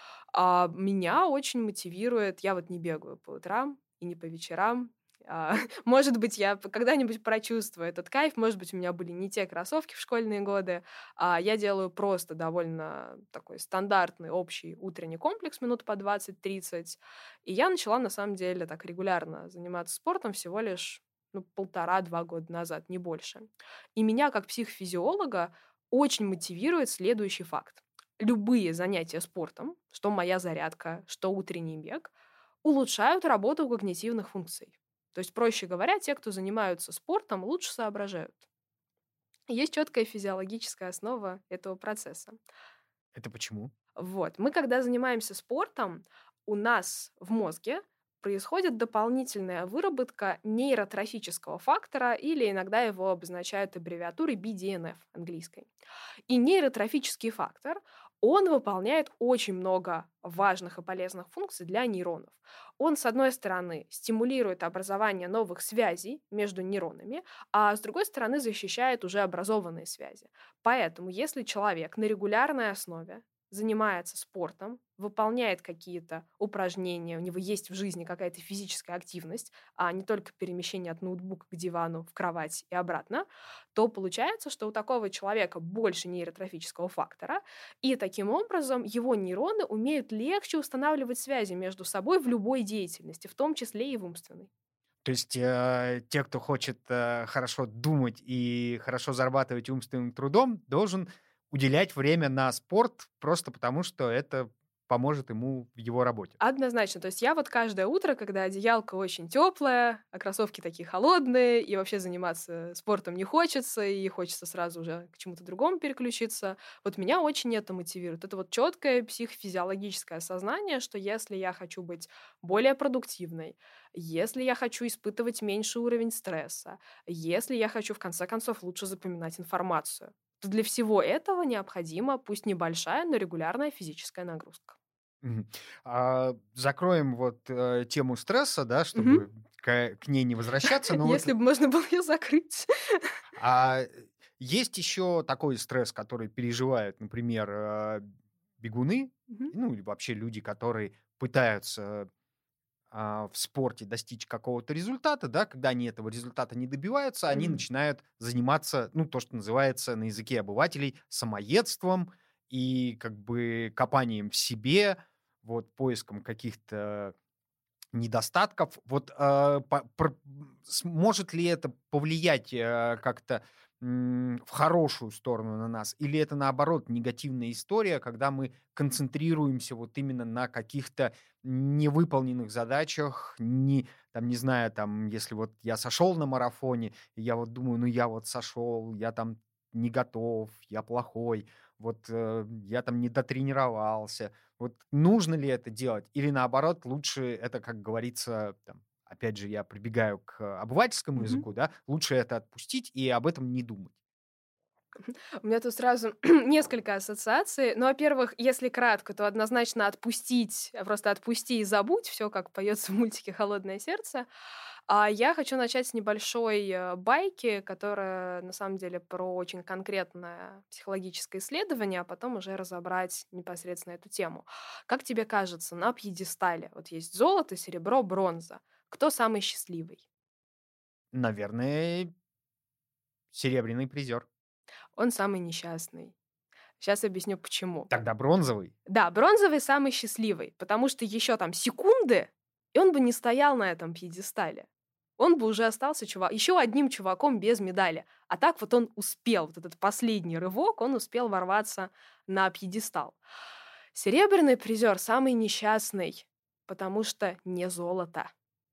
А меня очень мотивирует, я вот не бегаю по утрам и не по вечерам. А, Может быть, я п- когда-нибудь прочувствую этот кайф, может быть, у меня были не те кроссовки в школьные годы, а я делаю просто довольно такой стандартный общий утренний комплекс минут по двадцать-тридцать. И я начала, на самом деле, так регулярно заниматься спортом всего лишь ну, полтора-два года назад, не больше. И меня, как психофизиолога, очень мотивирует следующий факт. Любые занятия спортом, что моя зарядка, что утренний бег, улучшают работу когнитивных функций. То есть, проще говоря, те, кто занимаются спортом, лучше соображают. Есть четкая физиологическая основа этого процесса.
Это почему?
Вот. Мы, когда занимаемся спортом, у нас в мозге происходит дополнительная выработка нейротрофического фактора, или иногда его обозначают аббревиатурой би ди эн эф английской. И нейротрофический фактор, он выполняет очень много важных и полезных функций для нейронов. Он, с одной стороны, стимулирует образование новых связей между нейронами, а с другой стороны, защищает уже образованные связи. Поэтому, если человек на регулярной основе занимается спортом, выполняет какие-то упражнения, у него есть в жизни какая-то физическая активность, а не только перемещение от ноутбука к дивану, в кровать и обратно, то получается, что у такого человека больше нейротрофического фактора, и таким образом его нейроны умеют легче устанавливать связи между собой в любой деятельности, в том числе и в умственной.
То есть э, те, кто хочет э, хорошо думать и хорошо зарабатывать умственным трудом, должен уделять время на спорт просто потому, что это поможет ему в его работе.
Однозначно. То есть я вот каждое утро, когда одеялко очень теплое, а кроссовки такие холодные, и вообще заниматься спортом не хочется, и хочется сразу уже к чему-то другому переключиться, вот меня очень это мотивирует. Это вот четкое психофизиологическое осознание, что если я хочу быть более продуктивной, если я хочу испытывать меньший уровень стресса, если я хочу, в конце концов, лучше запоминать информацию, то для всего этого необходима, пусть небольшая, но регулярная физическая нагрузка.
Мгм. А, закроем вот э, тему стресса, да,
Мгм.
чтобы к, к ней не возвращаться. Но вот
Если бы можно было ее закрыть.
а, есть еще такой стресс, который переживают, например, э, бегуны,
Мгм.
ну или вообще люди, которые пытаются а, в спорте достичь какого-то результата, да, когда они этого результата не добиваются, они
Мгм.
начинают заниматься, ну, то, что называется на языке обывателей самоедством и как бы копанием в себе, вот, поиском каких-то недостатков. Вот а, по- пр- м, сможет ли это повлиять э, как-то м, в хорошую сторону на нас? Или это, наоборот, негативная история, когда мы концентрируемся вот именно на каких-то невыполненных задачах, не, там, не знаю, там, если вот я сошел на марафоне, и я вот думаю, ну, я вот сошел, я там не готов, я плохой, вот э, я там не дотренировался, вот нужно ли это делать? Или наоборот, лучше это, как говорится, там, опять же, я прибегаю к обывательскому
Мгм.
языку, да, лучше это отпустить и об этом не думать.
У меня тут сразу несколько ассоциаций. Ну, во-первых, если кратко, то однозначно отпустить, а, просто отпусти и забудь, все как поется в мультике «Холодное сердце». А я хочу начать с небольшой э, байки, которая на самом деле про очень конкретное психологическое исследование, а потом уже разобрать непосредственно эту тему. Как тебе кажется, на пьедестале вот есть золото, серебро, бронза. Кто самый счастливый?
Наверное, серебряный призер.
Он самый несчастный. Сейчас объясню, почему.
Тогда бронзовый.
Да, бронзовый самый счастливый, потому что еще там секунды, и он бы не стоял на этом пьедестале. Он бы уже остался чувак, еще одним чуваком без медали. А так вот он успел, вот этот последний рывок, он успел ворваться на пьедестал. Серебряный призер самый несчастный, потому что не золото.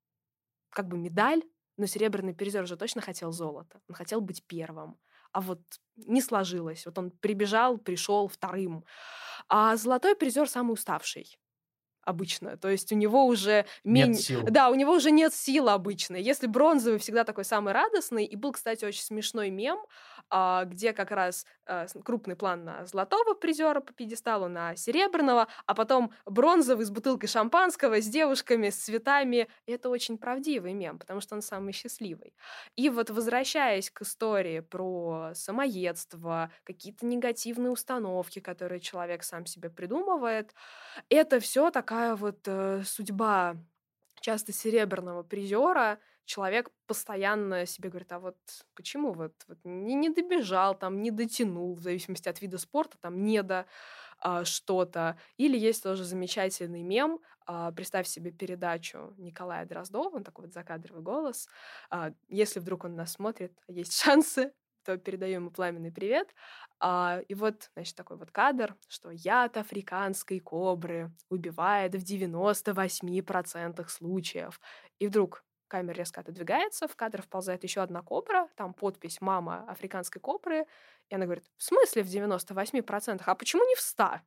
Как бы медаль, но серебряный призер же точно хотел золото. Он хотел быть первым. А вот не сложилось. Вот он прибежал, пришел вторым. А золотой призер самый уставший обычно. То есть у него уже
Нет
мень...
сил.
Да, у него уже нет сил обычно. Если бронзовый всегда такой самый радостный, и был, кстати, очень смешной мем, а, где как раз а, с- крупный план на золотого призера по пьедесталу, на серебряного, а потом бронзовый с бутылкой шампанского, с девушками, с цветами. И это очень правдивый мем, потому что он самый счастливый. И вот возвращаясь к истории про самоедство, какие-то негативные установки, которые человек сам себе придумывает, это все такая вот, э, судьба часто серебряного призера. Человек постоянно себе говорит: "А вот почему вот вот не не добежал, там, не дотянул", в зависимости от вида спорта, там, не до а, что-то. Или есть тоже замечательный мем. А, представь себе передачу Николая Дроздова, он такой вот закадровый голос. А, если вдруг он нас смотрит, а есть шансы, то передаю ему пламенный привет. А, и вот, значит, такой вот кадр, что яд африканской кобры убивает в девяноста восьми процентах случаев. И вдруг камера резко отодвигается, в кадр вползает еще одна кобра, там подпись «Мама африканской кобры», и она говорит: "В смысле в девяноста восьми процентах? А почему не в ста?"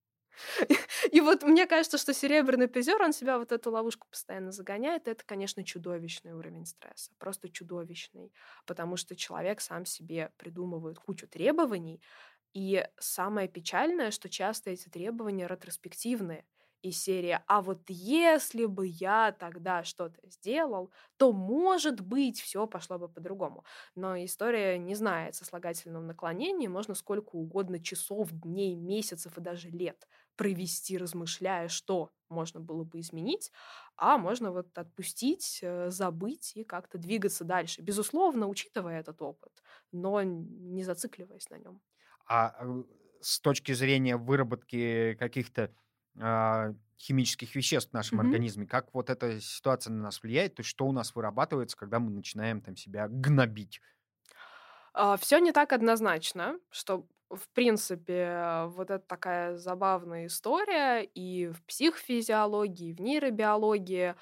И вот мне кажется, что серебряный призер, он себя вот эту ловушку постоянно загоняет. Это, конечно, чудовищный уровень стресса, просто чудовищный, потому что человек сам себе придумывает кучу требований, и самое печальное, что часто эти требования ретроспективные. Из серии «А вот если бы я тогда что-то сделал, то, может быть, все пошло бы по-другому». Но история не знает сослагательного наклонения, можно сколько угодно часов, дней, месяцев и даже лет провести, размышляя, что можно было бы изменить, а можно вот отпустить, э, забыть и как-то двигаться дальше. Безусловно, учитывая этот опыт, но не зацикливаясь на нем.
А э, с точки зрения выработки каких-то а, химических веществ в нашем организме, как вот эта ситуация на нас влияет, то есть что у нас вырабатывается, когда мы начинаем там себя гнобить?
Все не так однозначно, что В принципе, вот это такая забавная история и в психофизиологии, и в нейробиологии.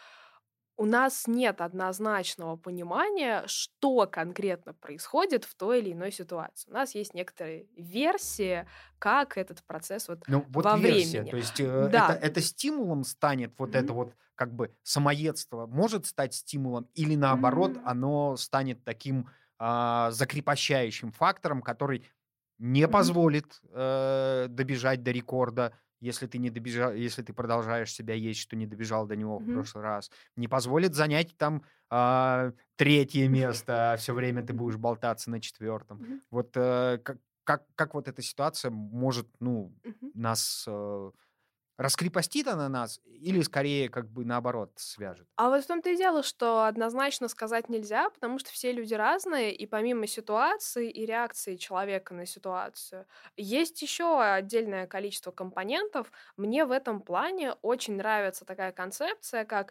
У нас нет однозначного понимания, что конкретно происходит в той или иной ситуации. У нас есть некоторые версии, как этот процесс вот
Ну, вот
во
версия,
времени.
то есть, э, это
Да.
это стимулом станет, вот это
Мгм.
вот как бы самоедство может стать стимулом или, наоборот,
М.
оно станет таким, а, закрепощающим фактором, который не
Мгм.
позволит, э, добежать до рекорда, если ты не добежа если ты продолжаешь себя есть, что не добежал до него в
Мгм.
прошлый раз, не позволит занять там, а, третье место, а всё время ты будешь
Мгм.
болтаться на четвертом.
Мгм.
Вот, э, как как как вот эта ситуация может, ну,
Мгм.
нас, э, раскрепостит она нас или скорее, как бы, наоборот, свяжет?
А вот в том-то и дело, что однозначно сказать нельзя, потому что все люди разные, и помимо ситуации и реакции человека на ситуацию, есть еще отдельное количество компонентов. Мне в этом плане очень нравится такая концепция, как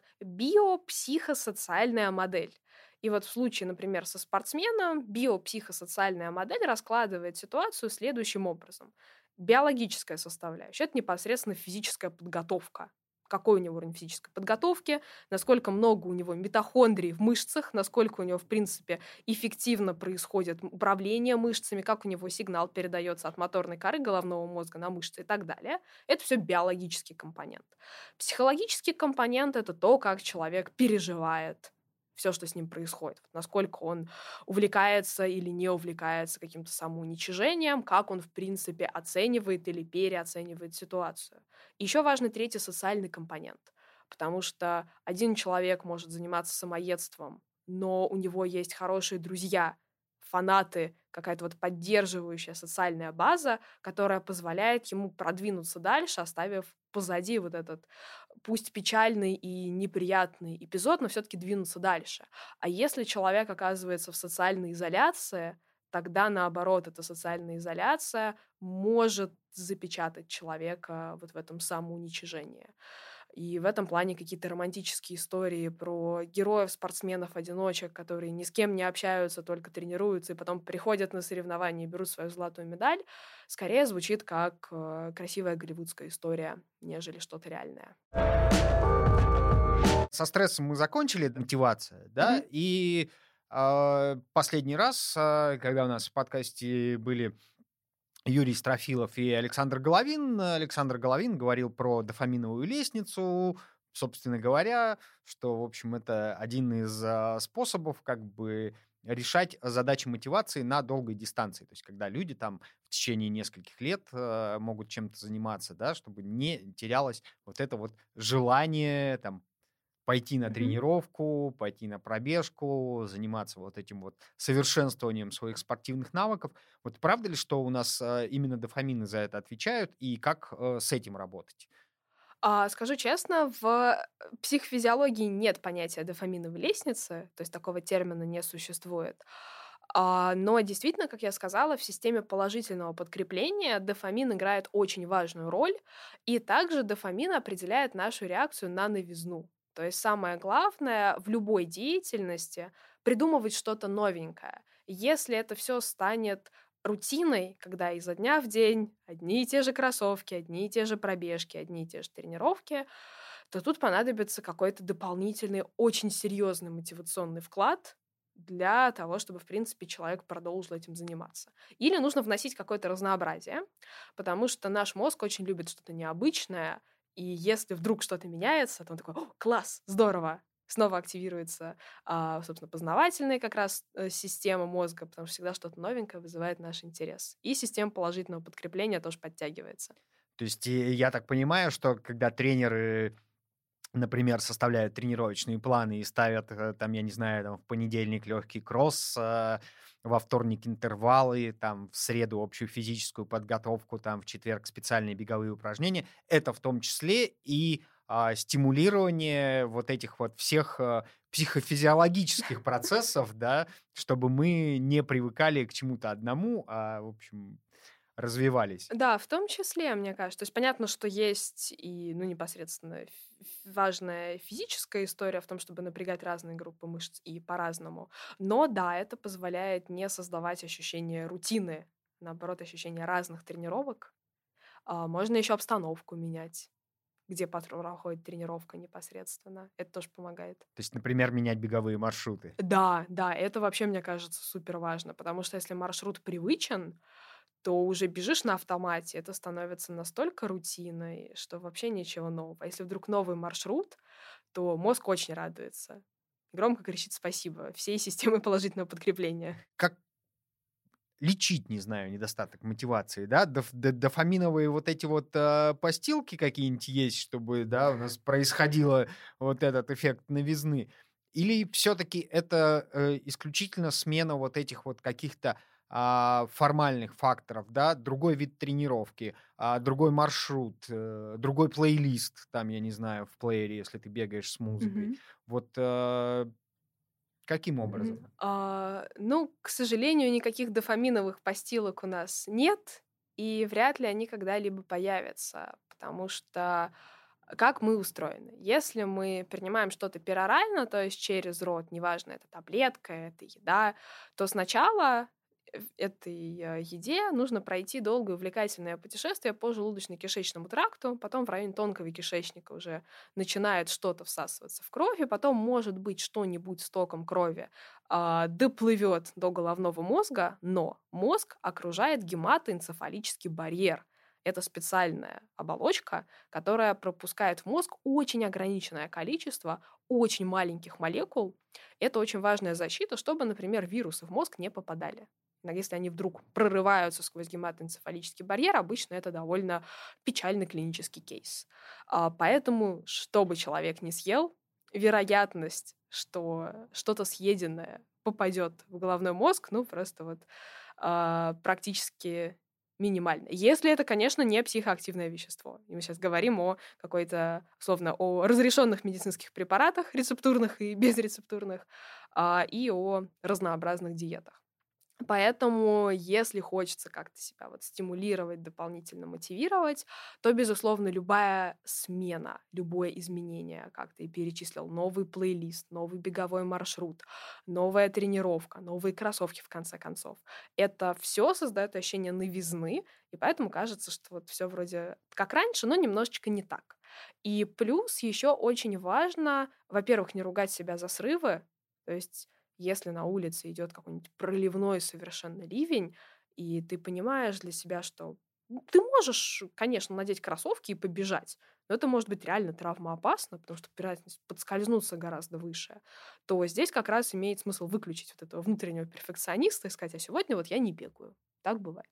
биопсихосоциальная модель. И вот в случае, например, со спортсменом биопсихосоциальная модель раскладывает ситуацию следующим образом. Биологическая составляющая — это непосредственно физическая подготовка. Какой у него уровень физической подготовки, насколько много у него митохондрий в мышцах, насколько у него, в принципе, эффективно происходит м- управление мышцами, как у него сигнал передается от моторной коры головного мозга на мышцы и так далее. Это все биологический компонент. Психологический компонент — это то, как человек переживает все, что с ним происходит. Вот насколько он увлекается или не увлекается каким-то самоуничижением, как он, в принципе, оценивает или переоценивает ситуацию. Еще важный третий социальный компонент, потому что один человек может заниматься самоедством, но у него есть хорошие друзья, фанаты, какая-то вот поддерживающая социальная база, которая позволяет ему продвинуться дальше, оставив позади вот этот, пусть печальный и неприятный эпизод, но все-таки двинуться дальше. А если человек оказывается в социальной изоляции, тогда, наоборот, эта социальная изоляция может запечатать человека вот в этом самоуничижении. И в этом плане какие-то романтические истории про героев, спортсменов, одиночек, которые ни с кем не общаются, только тренируются и потом приходят на соревнования и берут свою золотую медаль, скорее звучит как э, красивая голливудская история, нежели что-то реальное.
Со стрессом мы закончили, мотивация, да,
Мгм.
и, а, последний раз, а, когда у нас в подкасте были Юрий Строфилов и Александр Головин. Александр Головин говорил про дофаминовую лестницу, собственно говоря, что, в общем, это один из а, способов как бы решать задачи мотивации на долгой дистанции. То есть, когда люди там в течение нескольких лет э, могут чем-то заниматься, да, чтобы не терялось вот это вот желание там пойти на
Мгм.
тренировку, пойти на пробежку, заниматься вот этим вот совершенствованием своих спортивных навыков. Вот правда ли, что у нас э, именно дофамины за это отвечают, и как э, с этим работать?
А, скажу честно, в э, психофизиологии нет понятия дофаминовой лестницы, то есть такого термина не существует. А, но действительно, как я сказала, в системе положительного подкрепления дофамин играет очень важную роль, и также дофамин определяет нашу реакцию на новизну. То есть самое главное в любой деятельности — придумывать что-то новенькое. Если это все станет рутиной, когда изо дня в день одни и те же кроссовки, одни и те же пробежки, одни и те же тренировки, то тут понадобится какой-то дополнительный, очень серьезный мотивационный вклад для того, чтобы, в принципе, человек продолжил этим заниматься. Или нужно вносить какое-то разнообразие, потому что наш мозг очень любит что-то необычное, и если вдруг что-то меняется, то он такой: «О, класс, здорово!» Снова активируется, а, собственно, познавательная как раз э, система мозга, потому что всегда что-то новенькое вызывает наш интерес. И система положительного подкрепления тоже подтягивается.
То есть э, я так понимаю, что когда тренеры, например, составляют тренировочные планы и ставят, э, там, я не знаю, там, в понедельник легкий кросс, а, во вторник интервалы, там, в среду общую физическую подготовку, там, в четверг специальные беговые упражнения. Это в том числе и а, стимулирование вот этих вот всех а, психофизиологических процессов, да, чтобы мы не привыкали к чему-то одному, а, в общем, развивались.
Да, в том числе, мне кажется. То есть понятно, что есть и, ну, непосредственно ф- ф- важная физическая история в том, чтобы напрягать разные группы мышц и по-разному. Но да, это позволяет не создавать ощущение рутины. наоборот, ощущение разных тренировок. А, можно еще обстановку менять, где патро- проходит тренировка непосредственно. Это тоже помогает.
То есть, например, менять беговые маршруты.
Да, да, это вообще, мне кажется, супер важно, потому что если маршрут привычен, то уже бежишь на автомате, это становится настолько рутиной, что вообще ничего нового. А если вдруг новый маршрут, то мозг очень радуется. Громко кричит спасибо всей системой положительного подкрепления.
Как лечить, не знаю, недостаток мотивации, да? Доф- д- дофаминовые вот эти вот э, постилки какие-нибудь есть, чтобы, да, у нас происходило вот этот эффект новизны? Или все-таки это э, исключительно смена вот этих вот каких-то а, формальных факторов, да? Другой вид тренировки, а, другой маршрут, э, другой плейлист, там, я не знаю, в плеере, если ты бегаешь с музыкой.
Мгм.
Вот э, каким
Мгм.
образом?
А, ну, к сожалению, никаких дофаминовых постилок у нас нет, и вряд ли они когда-либо появятся, потому что как мы устроены? Если мы принимаем что-то перорально, то есть через рот, неважно, это таблетка, это еда, то сначала э, в этой э, еде нужно пройти долгое увлекательное путешествие по желудочно-кишечному тракту, потом в районе тонкого кишечника уже начинает что-то всасываться в кровь, и потом, может быть, что-нибудь с током крови а, доплывет до головного мозга, но мозг окружает гематоэнцефалический барьер. Это специальная оболочка, которая пропускает в мозг очень ограниченное количество очень маленьких молекул. Это очень важная защита, чтобы, например, вирусы в мозг не попадали. Но если они вдруг прорываются сквозь гематоэнцефалический барьер, обычно это довольно печальный клинический кейс. А, Поэтому, что бы человек ни съел, вероятность, что что-то съеденное попадет в головной мозг, ну, просто вот а, практически минимально. Если это, конечно, не психоактивное вещество. И мы сейчас говорим о какой-то, условно, о разрешенных медицинских препаратах, рецептурных и безрецептурных, а, и о разнообразных диетах. Поэтому, если хочется как-то себя вот стимулировать, дополнительно мотивировать, то, безусловно, любая смена, любое изменение, как ты и перечислил, новый плейлист, новый беговой маршрут, новая тренировка, новые кроссовки, в конце концов, это все создает ощущение новизны, и поэтому кажется, что вот все вроде как раньше, но немножечко не так. И плюс еще очень важно, во-первых, не ругать себя за срывы, то есть если на улице идет какой-нибудь проливной совершенно ливень, и ты понимаешь для себя, что м, ты можешь, конечно, надеть кроссовки и побежать, но это может быть реально травмоопасно, потому что вероятность подскользнуться гораздо выше, то здесь как раз имеет смысл выключить вот этого внутреннего перфекциониста и сказать, а сегодня вот я не бегаю. Так бывает.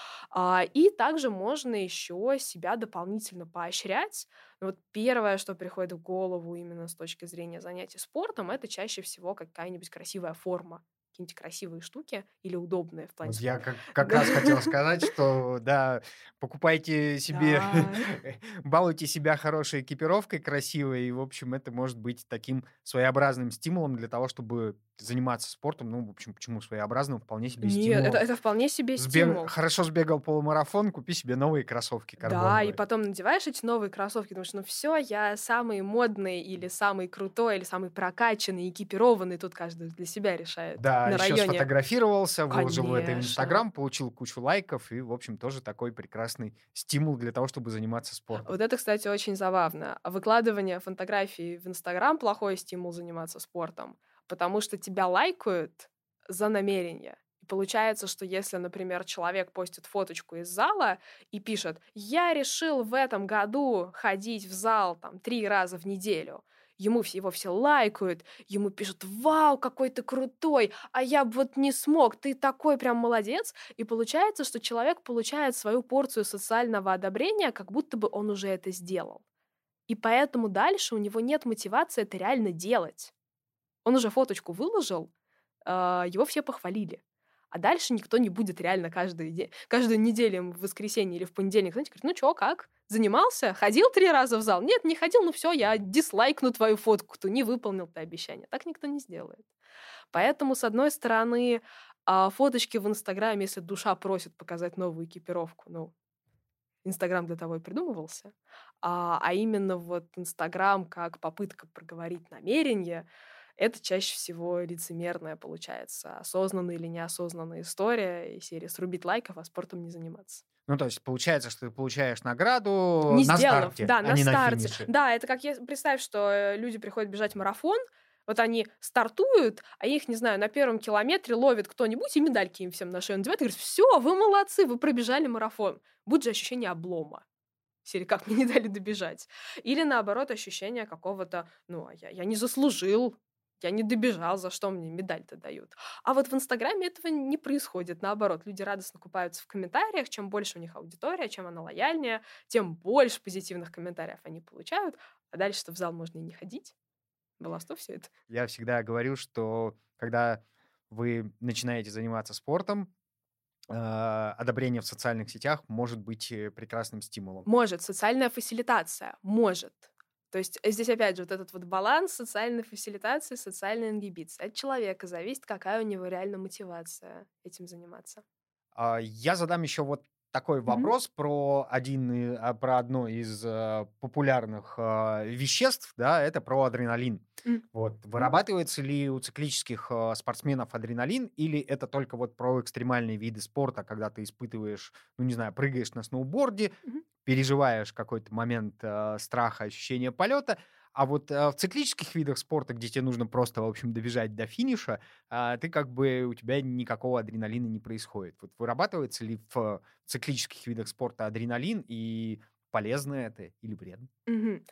А, И также можно еще себя дополнительно поощрять. Ну, вот первое, что приходит в голову именно с точки зрения занятий спортом, это чаще всего какая-нибудь красивая форма, какие-нибудь красивые штуки или удобные в плане
Вот я
спорта.
как, как раз хотел сказать, что да, покупайте себе,
Да.
балуйте себя хорошей экипировкой красивой, и, в общем, это может быть таким своеобразным стимулом для того, чтобы заниматься спортом. Ну, в общем, почему своеобразным? Вполне себе
Нет, это,
стимулом.
это вполне себе
Сбег-
стимул.
Хорошо сбегал полумарафон, купи себе новые кроссовки
Да, и
карбоновые.
потом надеваешь эти новые кроссовки, думаешь, ну все, я самый модный или самый крутой, или самый прокачанный, экипированный, тут каждый для себя решает
Да,
на
еще
районе.
сфотографировался, выложил это в
Конечно.
Инстаграм, получил кучу лайков, и, в общем, тоже такой прекрасный стимул для того, чтобы заниматься спортом.
Вот это, кстати, очень забавно. А выкладывание фотографий в Инстаграм — плохой стимул заниматься спортом, потому что тебя лайкают за намерение. И получается, что если, например, человек постит фоточку из зала и пишет: «Я решил в этом году ходить в зал там три раза в неделю», ему все, его все лайкают, ему пишут: «Вау, какой ты крутой, а я бы вот не смог, ты такой прям молодец». И получается, что человек получает свою порцию социального одобрения, как будто бы он уже это сделал. И поэтому дальше у него нет мотивации это реально делать. Он уже фоточку выложил, а, его все похвалили. А дальше никто не будет реально каждый де- каждую неделю ему в воскресенье или в понедельник, знаете, говорит: «Ну чё, как? Занимался? Ходил три раза в зал?» «Нет, не ходил, ну все, я дизлайкну твою фотку, ты не выполнил ты обещание». Так никто не сделает. Поэтому, с одной стороны, а, фоточки в Инстаграме, если душа просит показать новую экипировку, ну, Инстаграм для того и придумывался, а, а именно вот Инстаграм как попытка проговорить намерение, Это чаще всего лицемерная, получается, осознанная или неосознанная история из серии «срубить лайков, а спортом не заниматься».
Ну, то есть получается, что ты получаешь награду
Не
на
сделав,
старте,
да,
а
на
не на
старте.
финише.
Да, это как е представь, что, э, люди приходят бежать марафон, вот они стартуют, а их, не знаю, на первом километре ловит кто-нибудь и медальки им всем на шею надевает и говорит: "Всё, вы молодцы, вы пробежали марафон". Будет же ощущение облома. Из серии: "Как мне не дали добежать?" Или наоборот, ощущение какого-то: "Ну, а я я не заслужил, я не добежал, за что мне медаль-то дают?" А вот в "Инстаграме" этого не происходит. Наоборот, люди радостно купаются в комментариях. Чем больше у них аудитория, чем она лояльнее, тем больше позитивных комментариев они получают, а дальше-то в зал можно и не ходить. Баловство всё это.
Я всегда говорю, что когда вы начинаете заниматься спортом, а, одобрение в социальных сетях может быть, э, прекрасным стимулом.
Может, социальная фасилитация, может. То есть здесь опять же вот этот вот баланс социальной фасилитации, социальной ингибиции. От человека зависит, какая у него реально мотивация этим заниматься.
А, я задам еще вот такой
Мгм.
вопрос про один и а, про одно из, а, популярных, а, веществ, да, это про адреналин.
М.
Вот.
Мгм.
Вырабатывается ли у циклических, а, спортсменов адреналин, или это только вот про экстремальные виды спорта, когда ты испытываешь, ну, не знаю, прыгаешь на сноуборде,
Мгм.
переживаешь какой-то момент, а, страха, ощущения полета, а вот, а, в циклических видах спорта, где те нужно просто, в общем, добежать до финиша, а, ты как бы у тебя никакого адреналина не происходит. Вот вырабатывается ли в циклических видах спорта адреналин, и полезно это или вредно?
Мгм.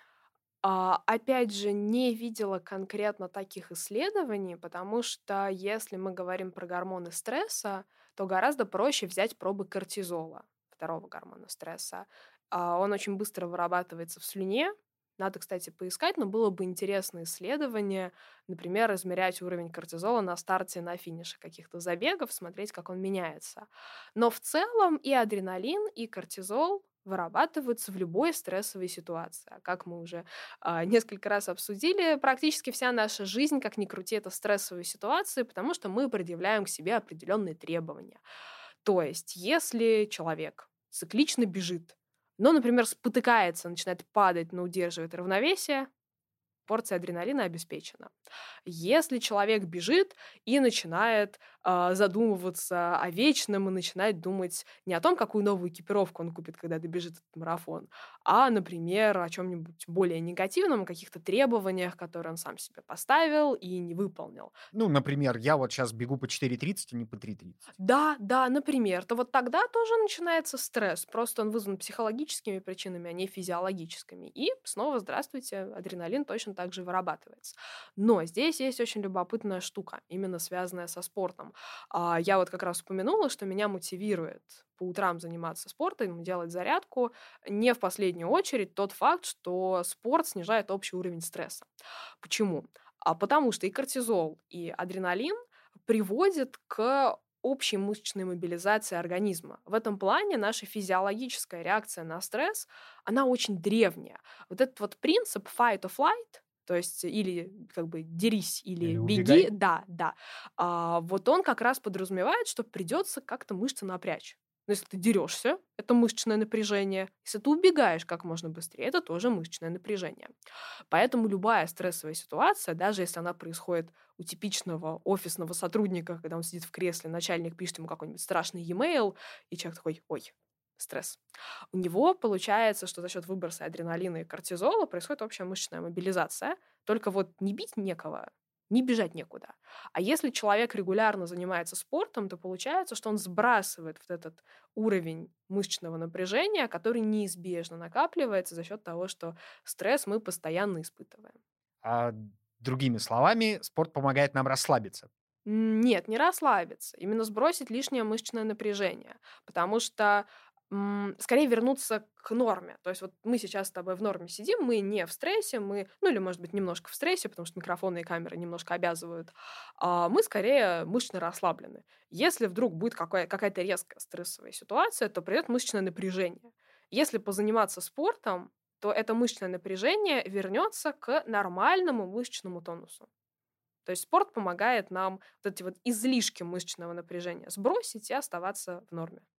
А, опять же, не видела конкретно таких исследований, потому что если мы говорим про гормоны стресса, то гораздо проще взять пробы кортизола, второго гормона стресса. А, он очень быстро вырабатывается в слюне. Надо, кстати, поискать, но было бы интересное исследование, например, измерять уровень кортизола на старте и на финише каких-то забегов, смотреть, как он меняется. Но в целом и адреналин, и кортизол вырабатываются в любой стрессовой ситуации. А как мы уже, а, несколько раз обсудили, практически вся наша жизнь, как ни крути, это стрессовые ситуации, потому что мы предъявляем к себе определенные требования. То есть, если человек циклично бежит, но, например, спотыкается, начинает падать, но удерживает равновесие, порция адреналина обеспечена. Если человек бежит и начинает, а, задумываться о вечном, и начинает думать не о том, какую новую экипировку он купит, когда добежит этот марафон, а, например, о чём-нибудь более негативном, о каких-то требованиях, которые он сам себе поставил и не выполнил.
Ну, например, я вот щас бегу по четыре тридцать, а не по три тридцать.
Да, да, например, то вот тогда тоже начинается стресс. Просто он вызван психологическими причинами, а не физиологическими. И снова здравствуйте, адреналин точно так же вырабатывается. Но здесь есть очень любопытная штука, именно связанная со спортом. А, я вот как раз упомянула, что меня мотивирует по утрам заниматься спортом, делать зарядку, не в последнюю очередь тот факт, что спорт снижает общий уровень стресса. Почему? А потому что и кортизол, и адреналин приводят к общей мышечной мобилизации организма. В этом плане наша физиологическая реакция на стресс, она очень древняя. Вот этот вот принцип fight or flight, то есть или как бы дерись, или
Или
беги,
убегай.
да, да, а, вот он как раз подразумевает, что придется как-то мышцы напрячь. Но если ты дерешься, это мышечное напряжение. Если ты убегаешь как можно быстрее, это тоже мышечное напряжение. Поэтому любая стрессовая ситуация, даже если она происходит у типичного офисного сотрудника, когда он сидит в кресле, начальник пишет ему какой-нибудь страшный имейл, и человек такой: "Ой, стресс". У него получается, что за счет выброса адреналина и кортизола происходит общая мышечная мобилизация. Только вот не бить некого, не бежать некуда. А если человек регулярно занимается спортом, то получается, что он сбрасывает вот этот уровень мышечного напряжения, который неизбежно накапливается за счет того, что стресс мы постоянно испытываем.
А, другими словами, спорт помогает нам расслабиться.
М, нет, не расслабиться, именно сбросить лишнее мышечное напряжение, потому что, м, скорее вернуться к норме. То есть вот мы сейчас с тобой в норме сидим, мы не в стрессе, мы, ну или, может быть, немножко в стрессе, потому что микрофоны и камеры немножко обязывают, а мы скорее мышечно расслаблены. Если вдруг будет какая какая-то резкая стрессовая ситуация, то придёт мышечное напряжение. Если позаниматься спортом, то это мышечное напряжение вернётся к нормальному мышечному тонусу. То есть спорт помогает нам вот эти вот излишки мышечного напряжения сбросить и оставаться в норме.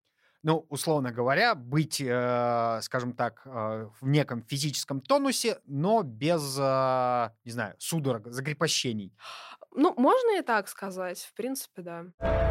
Ну, условно говоря, быть, э, скажем так, э, в неком физическом тонусе, но без, э, не знаю, судорог, закрепощений.
Ну, можно и так сказать, в принципе, да.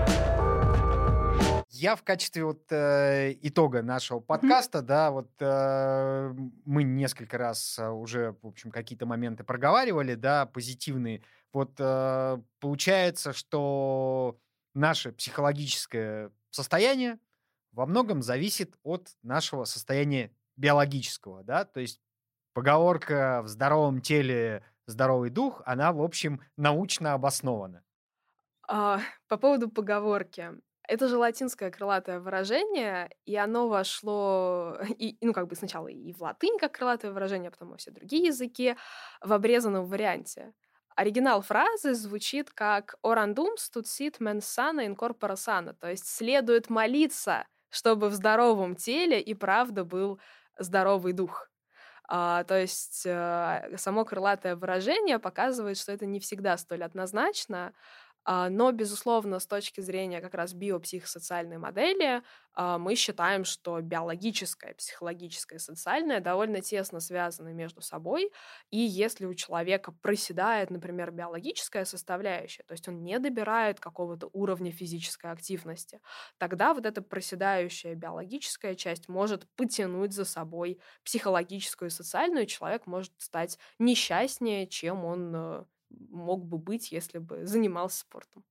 Я в качестве вот э, итога нашего
Мгм.
подкаста, да, вот э, мы несколько раз э, уже, в общем, какие-то моменты проговаривали, да, позитивные. Вот э, получается, что наше психологическое состояние во многом зависит от нашего состояния биологического, да, то есть поговорка «в здоровом теле здоровый дух», она, в общем, научно обоснована.
А, по поводу поговорки. Это же латинское крылатое выражение, и оно вошло, и, ну, как бы сначала и в латынь как крылатое выражение, а потом во все другие языки, в обрезанном варианте. Оригинал фразы звучит как «orandum stut sit mens sana in corpore sano», то есть следует молиться, чтобы в здоровом теле и правда был здоровый дух. А, то есть э, само крылатое выражение показывает, что это не всегда столь однозначно, а, но, безусловно, с точки зрения как раз биопсихосоциальной модели, а, мы считаем, что биологическое, психологическое и социальное довольно тесно связаны между собой. И если у человека проседает, например, биологическая составляющая, то есть он не добирает какого-то уровня физической активности, тогда вот эта проседающая биологическая часть может потянуть за собой психологическую и социальную, и человек может стать несчастнее, чем он э, мог бы быть, если бы занимался спортом.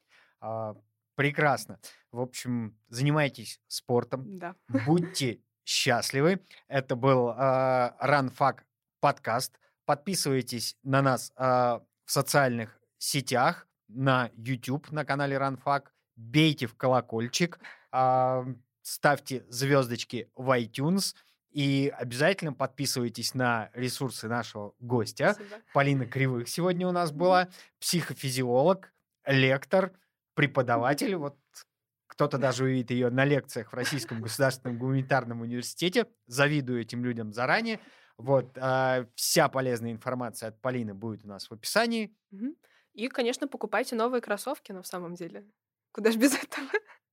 А, прекрасно. В общем, занимайтесь спортом,
Да.
будьте счастливы. Это был а, RunFact подкаст. Подписывайтесь на нас а, в социальных сетях, на YouTube, на канале RunFact. Бейте в колокольчик, а, ставьте звездочки в iTunes и обязательно подписывайтесь на ресурсы нашего гостя.
Спасибо.
Полина Кривых сегодня у нас
Мгм.
была, психофизиолог, лектор, преподаватель. Вот кто-то даже увидит ее на лекциях в Российском государственном гуманитарном университете. Завидую этим людям заранее. Вот, а, вся полезная информация от Полины будет у нас в описании.
Мгм. И, конечно, покупайте новые кроссовки, но в самом деле. Куда ж без этого?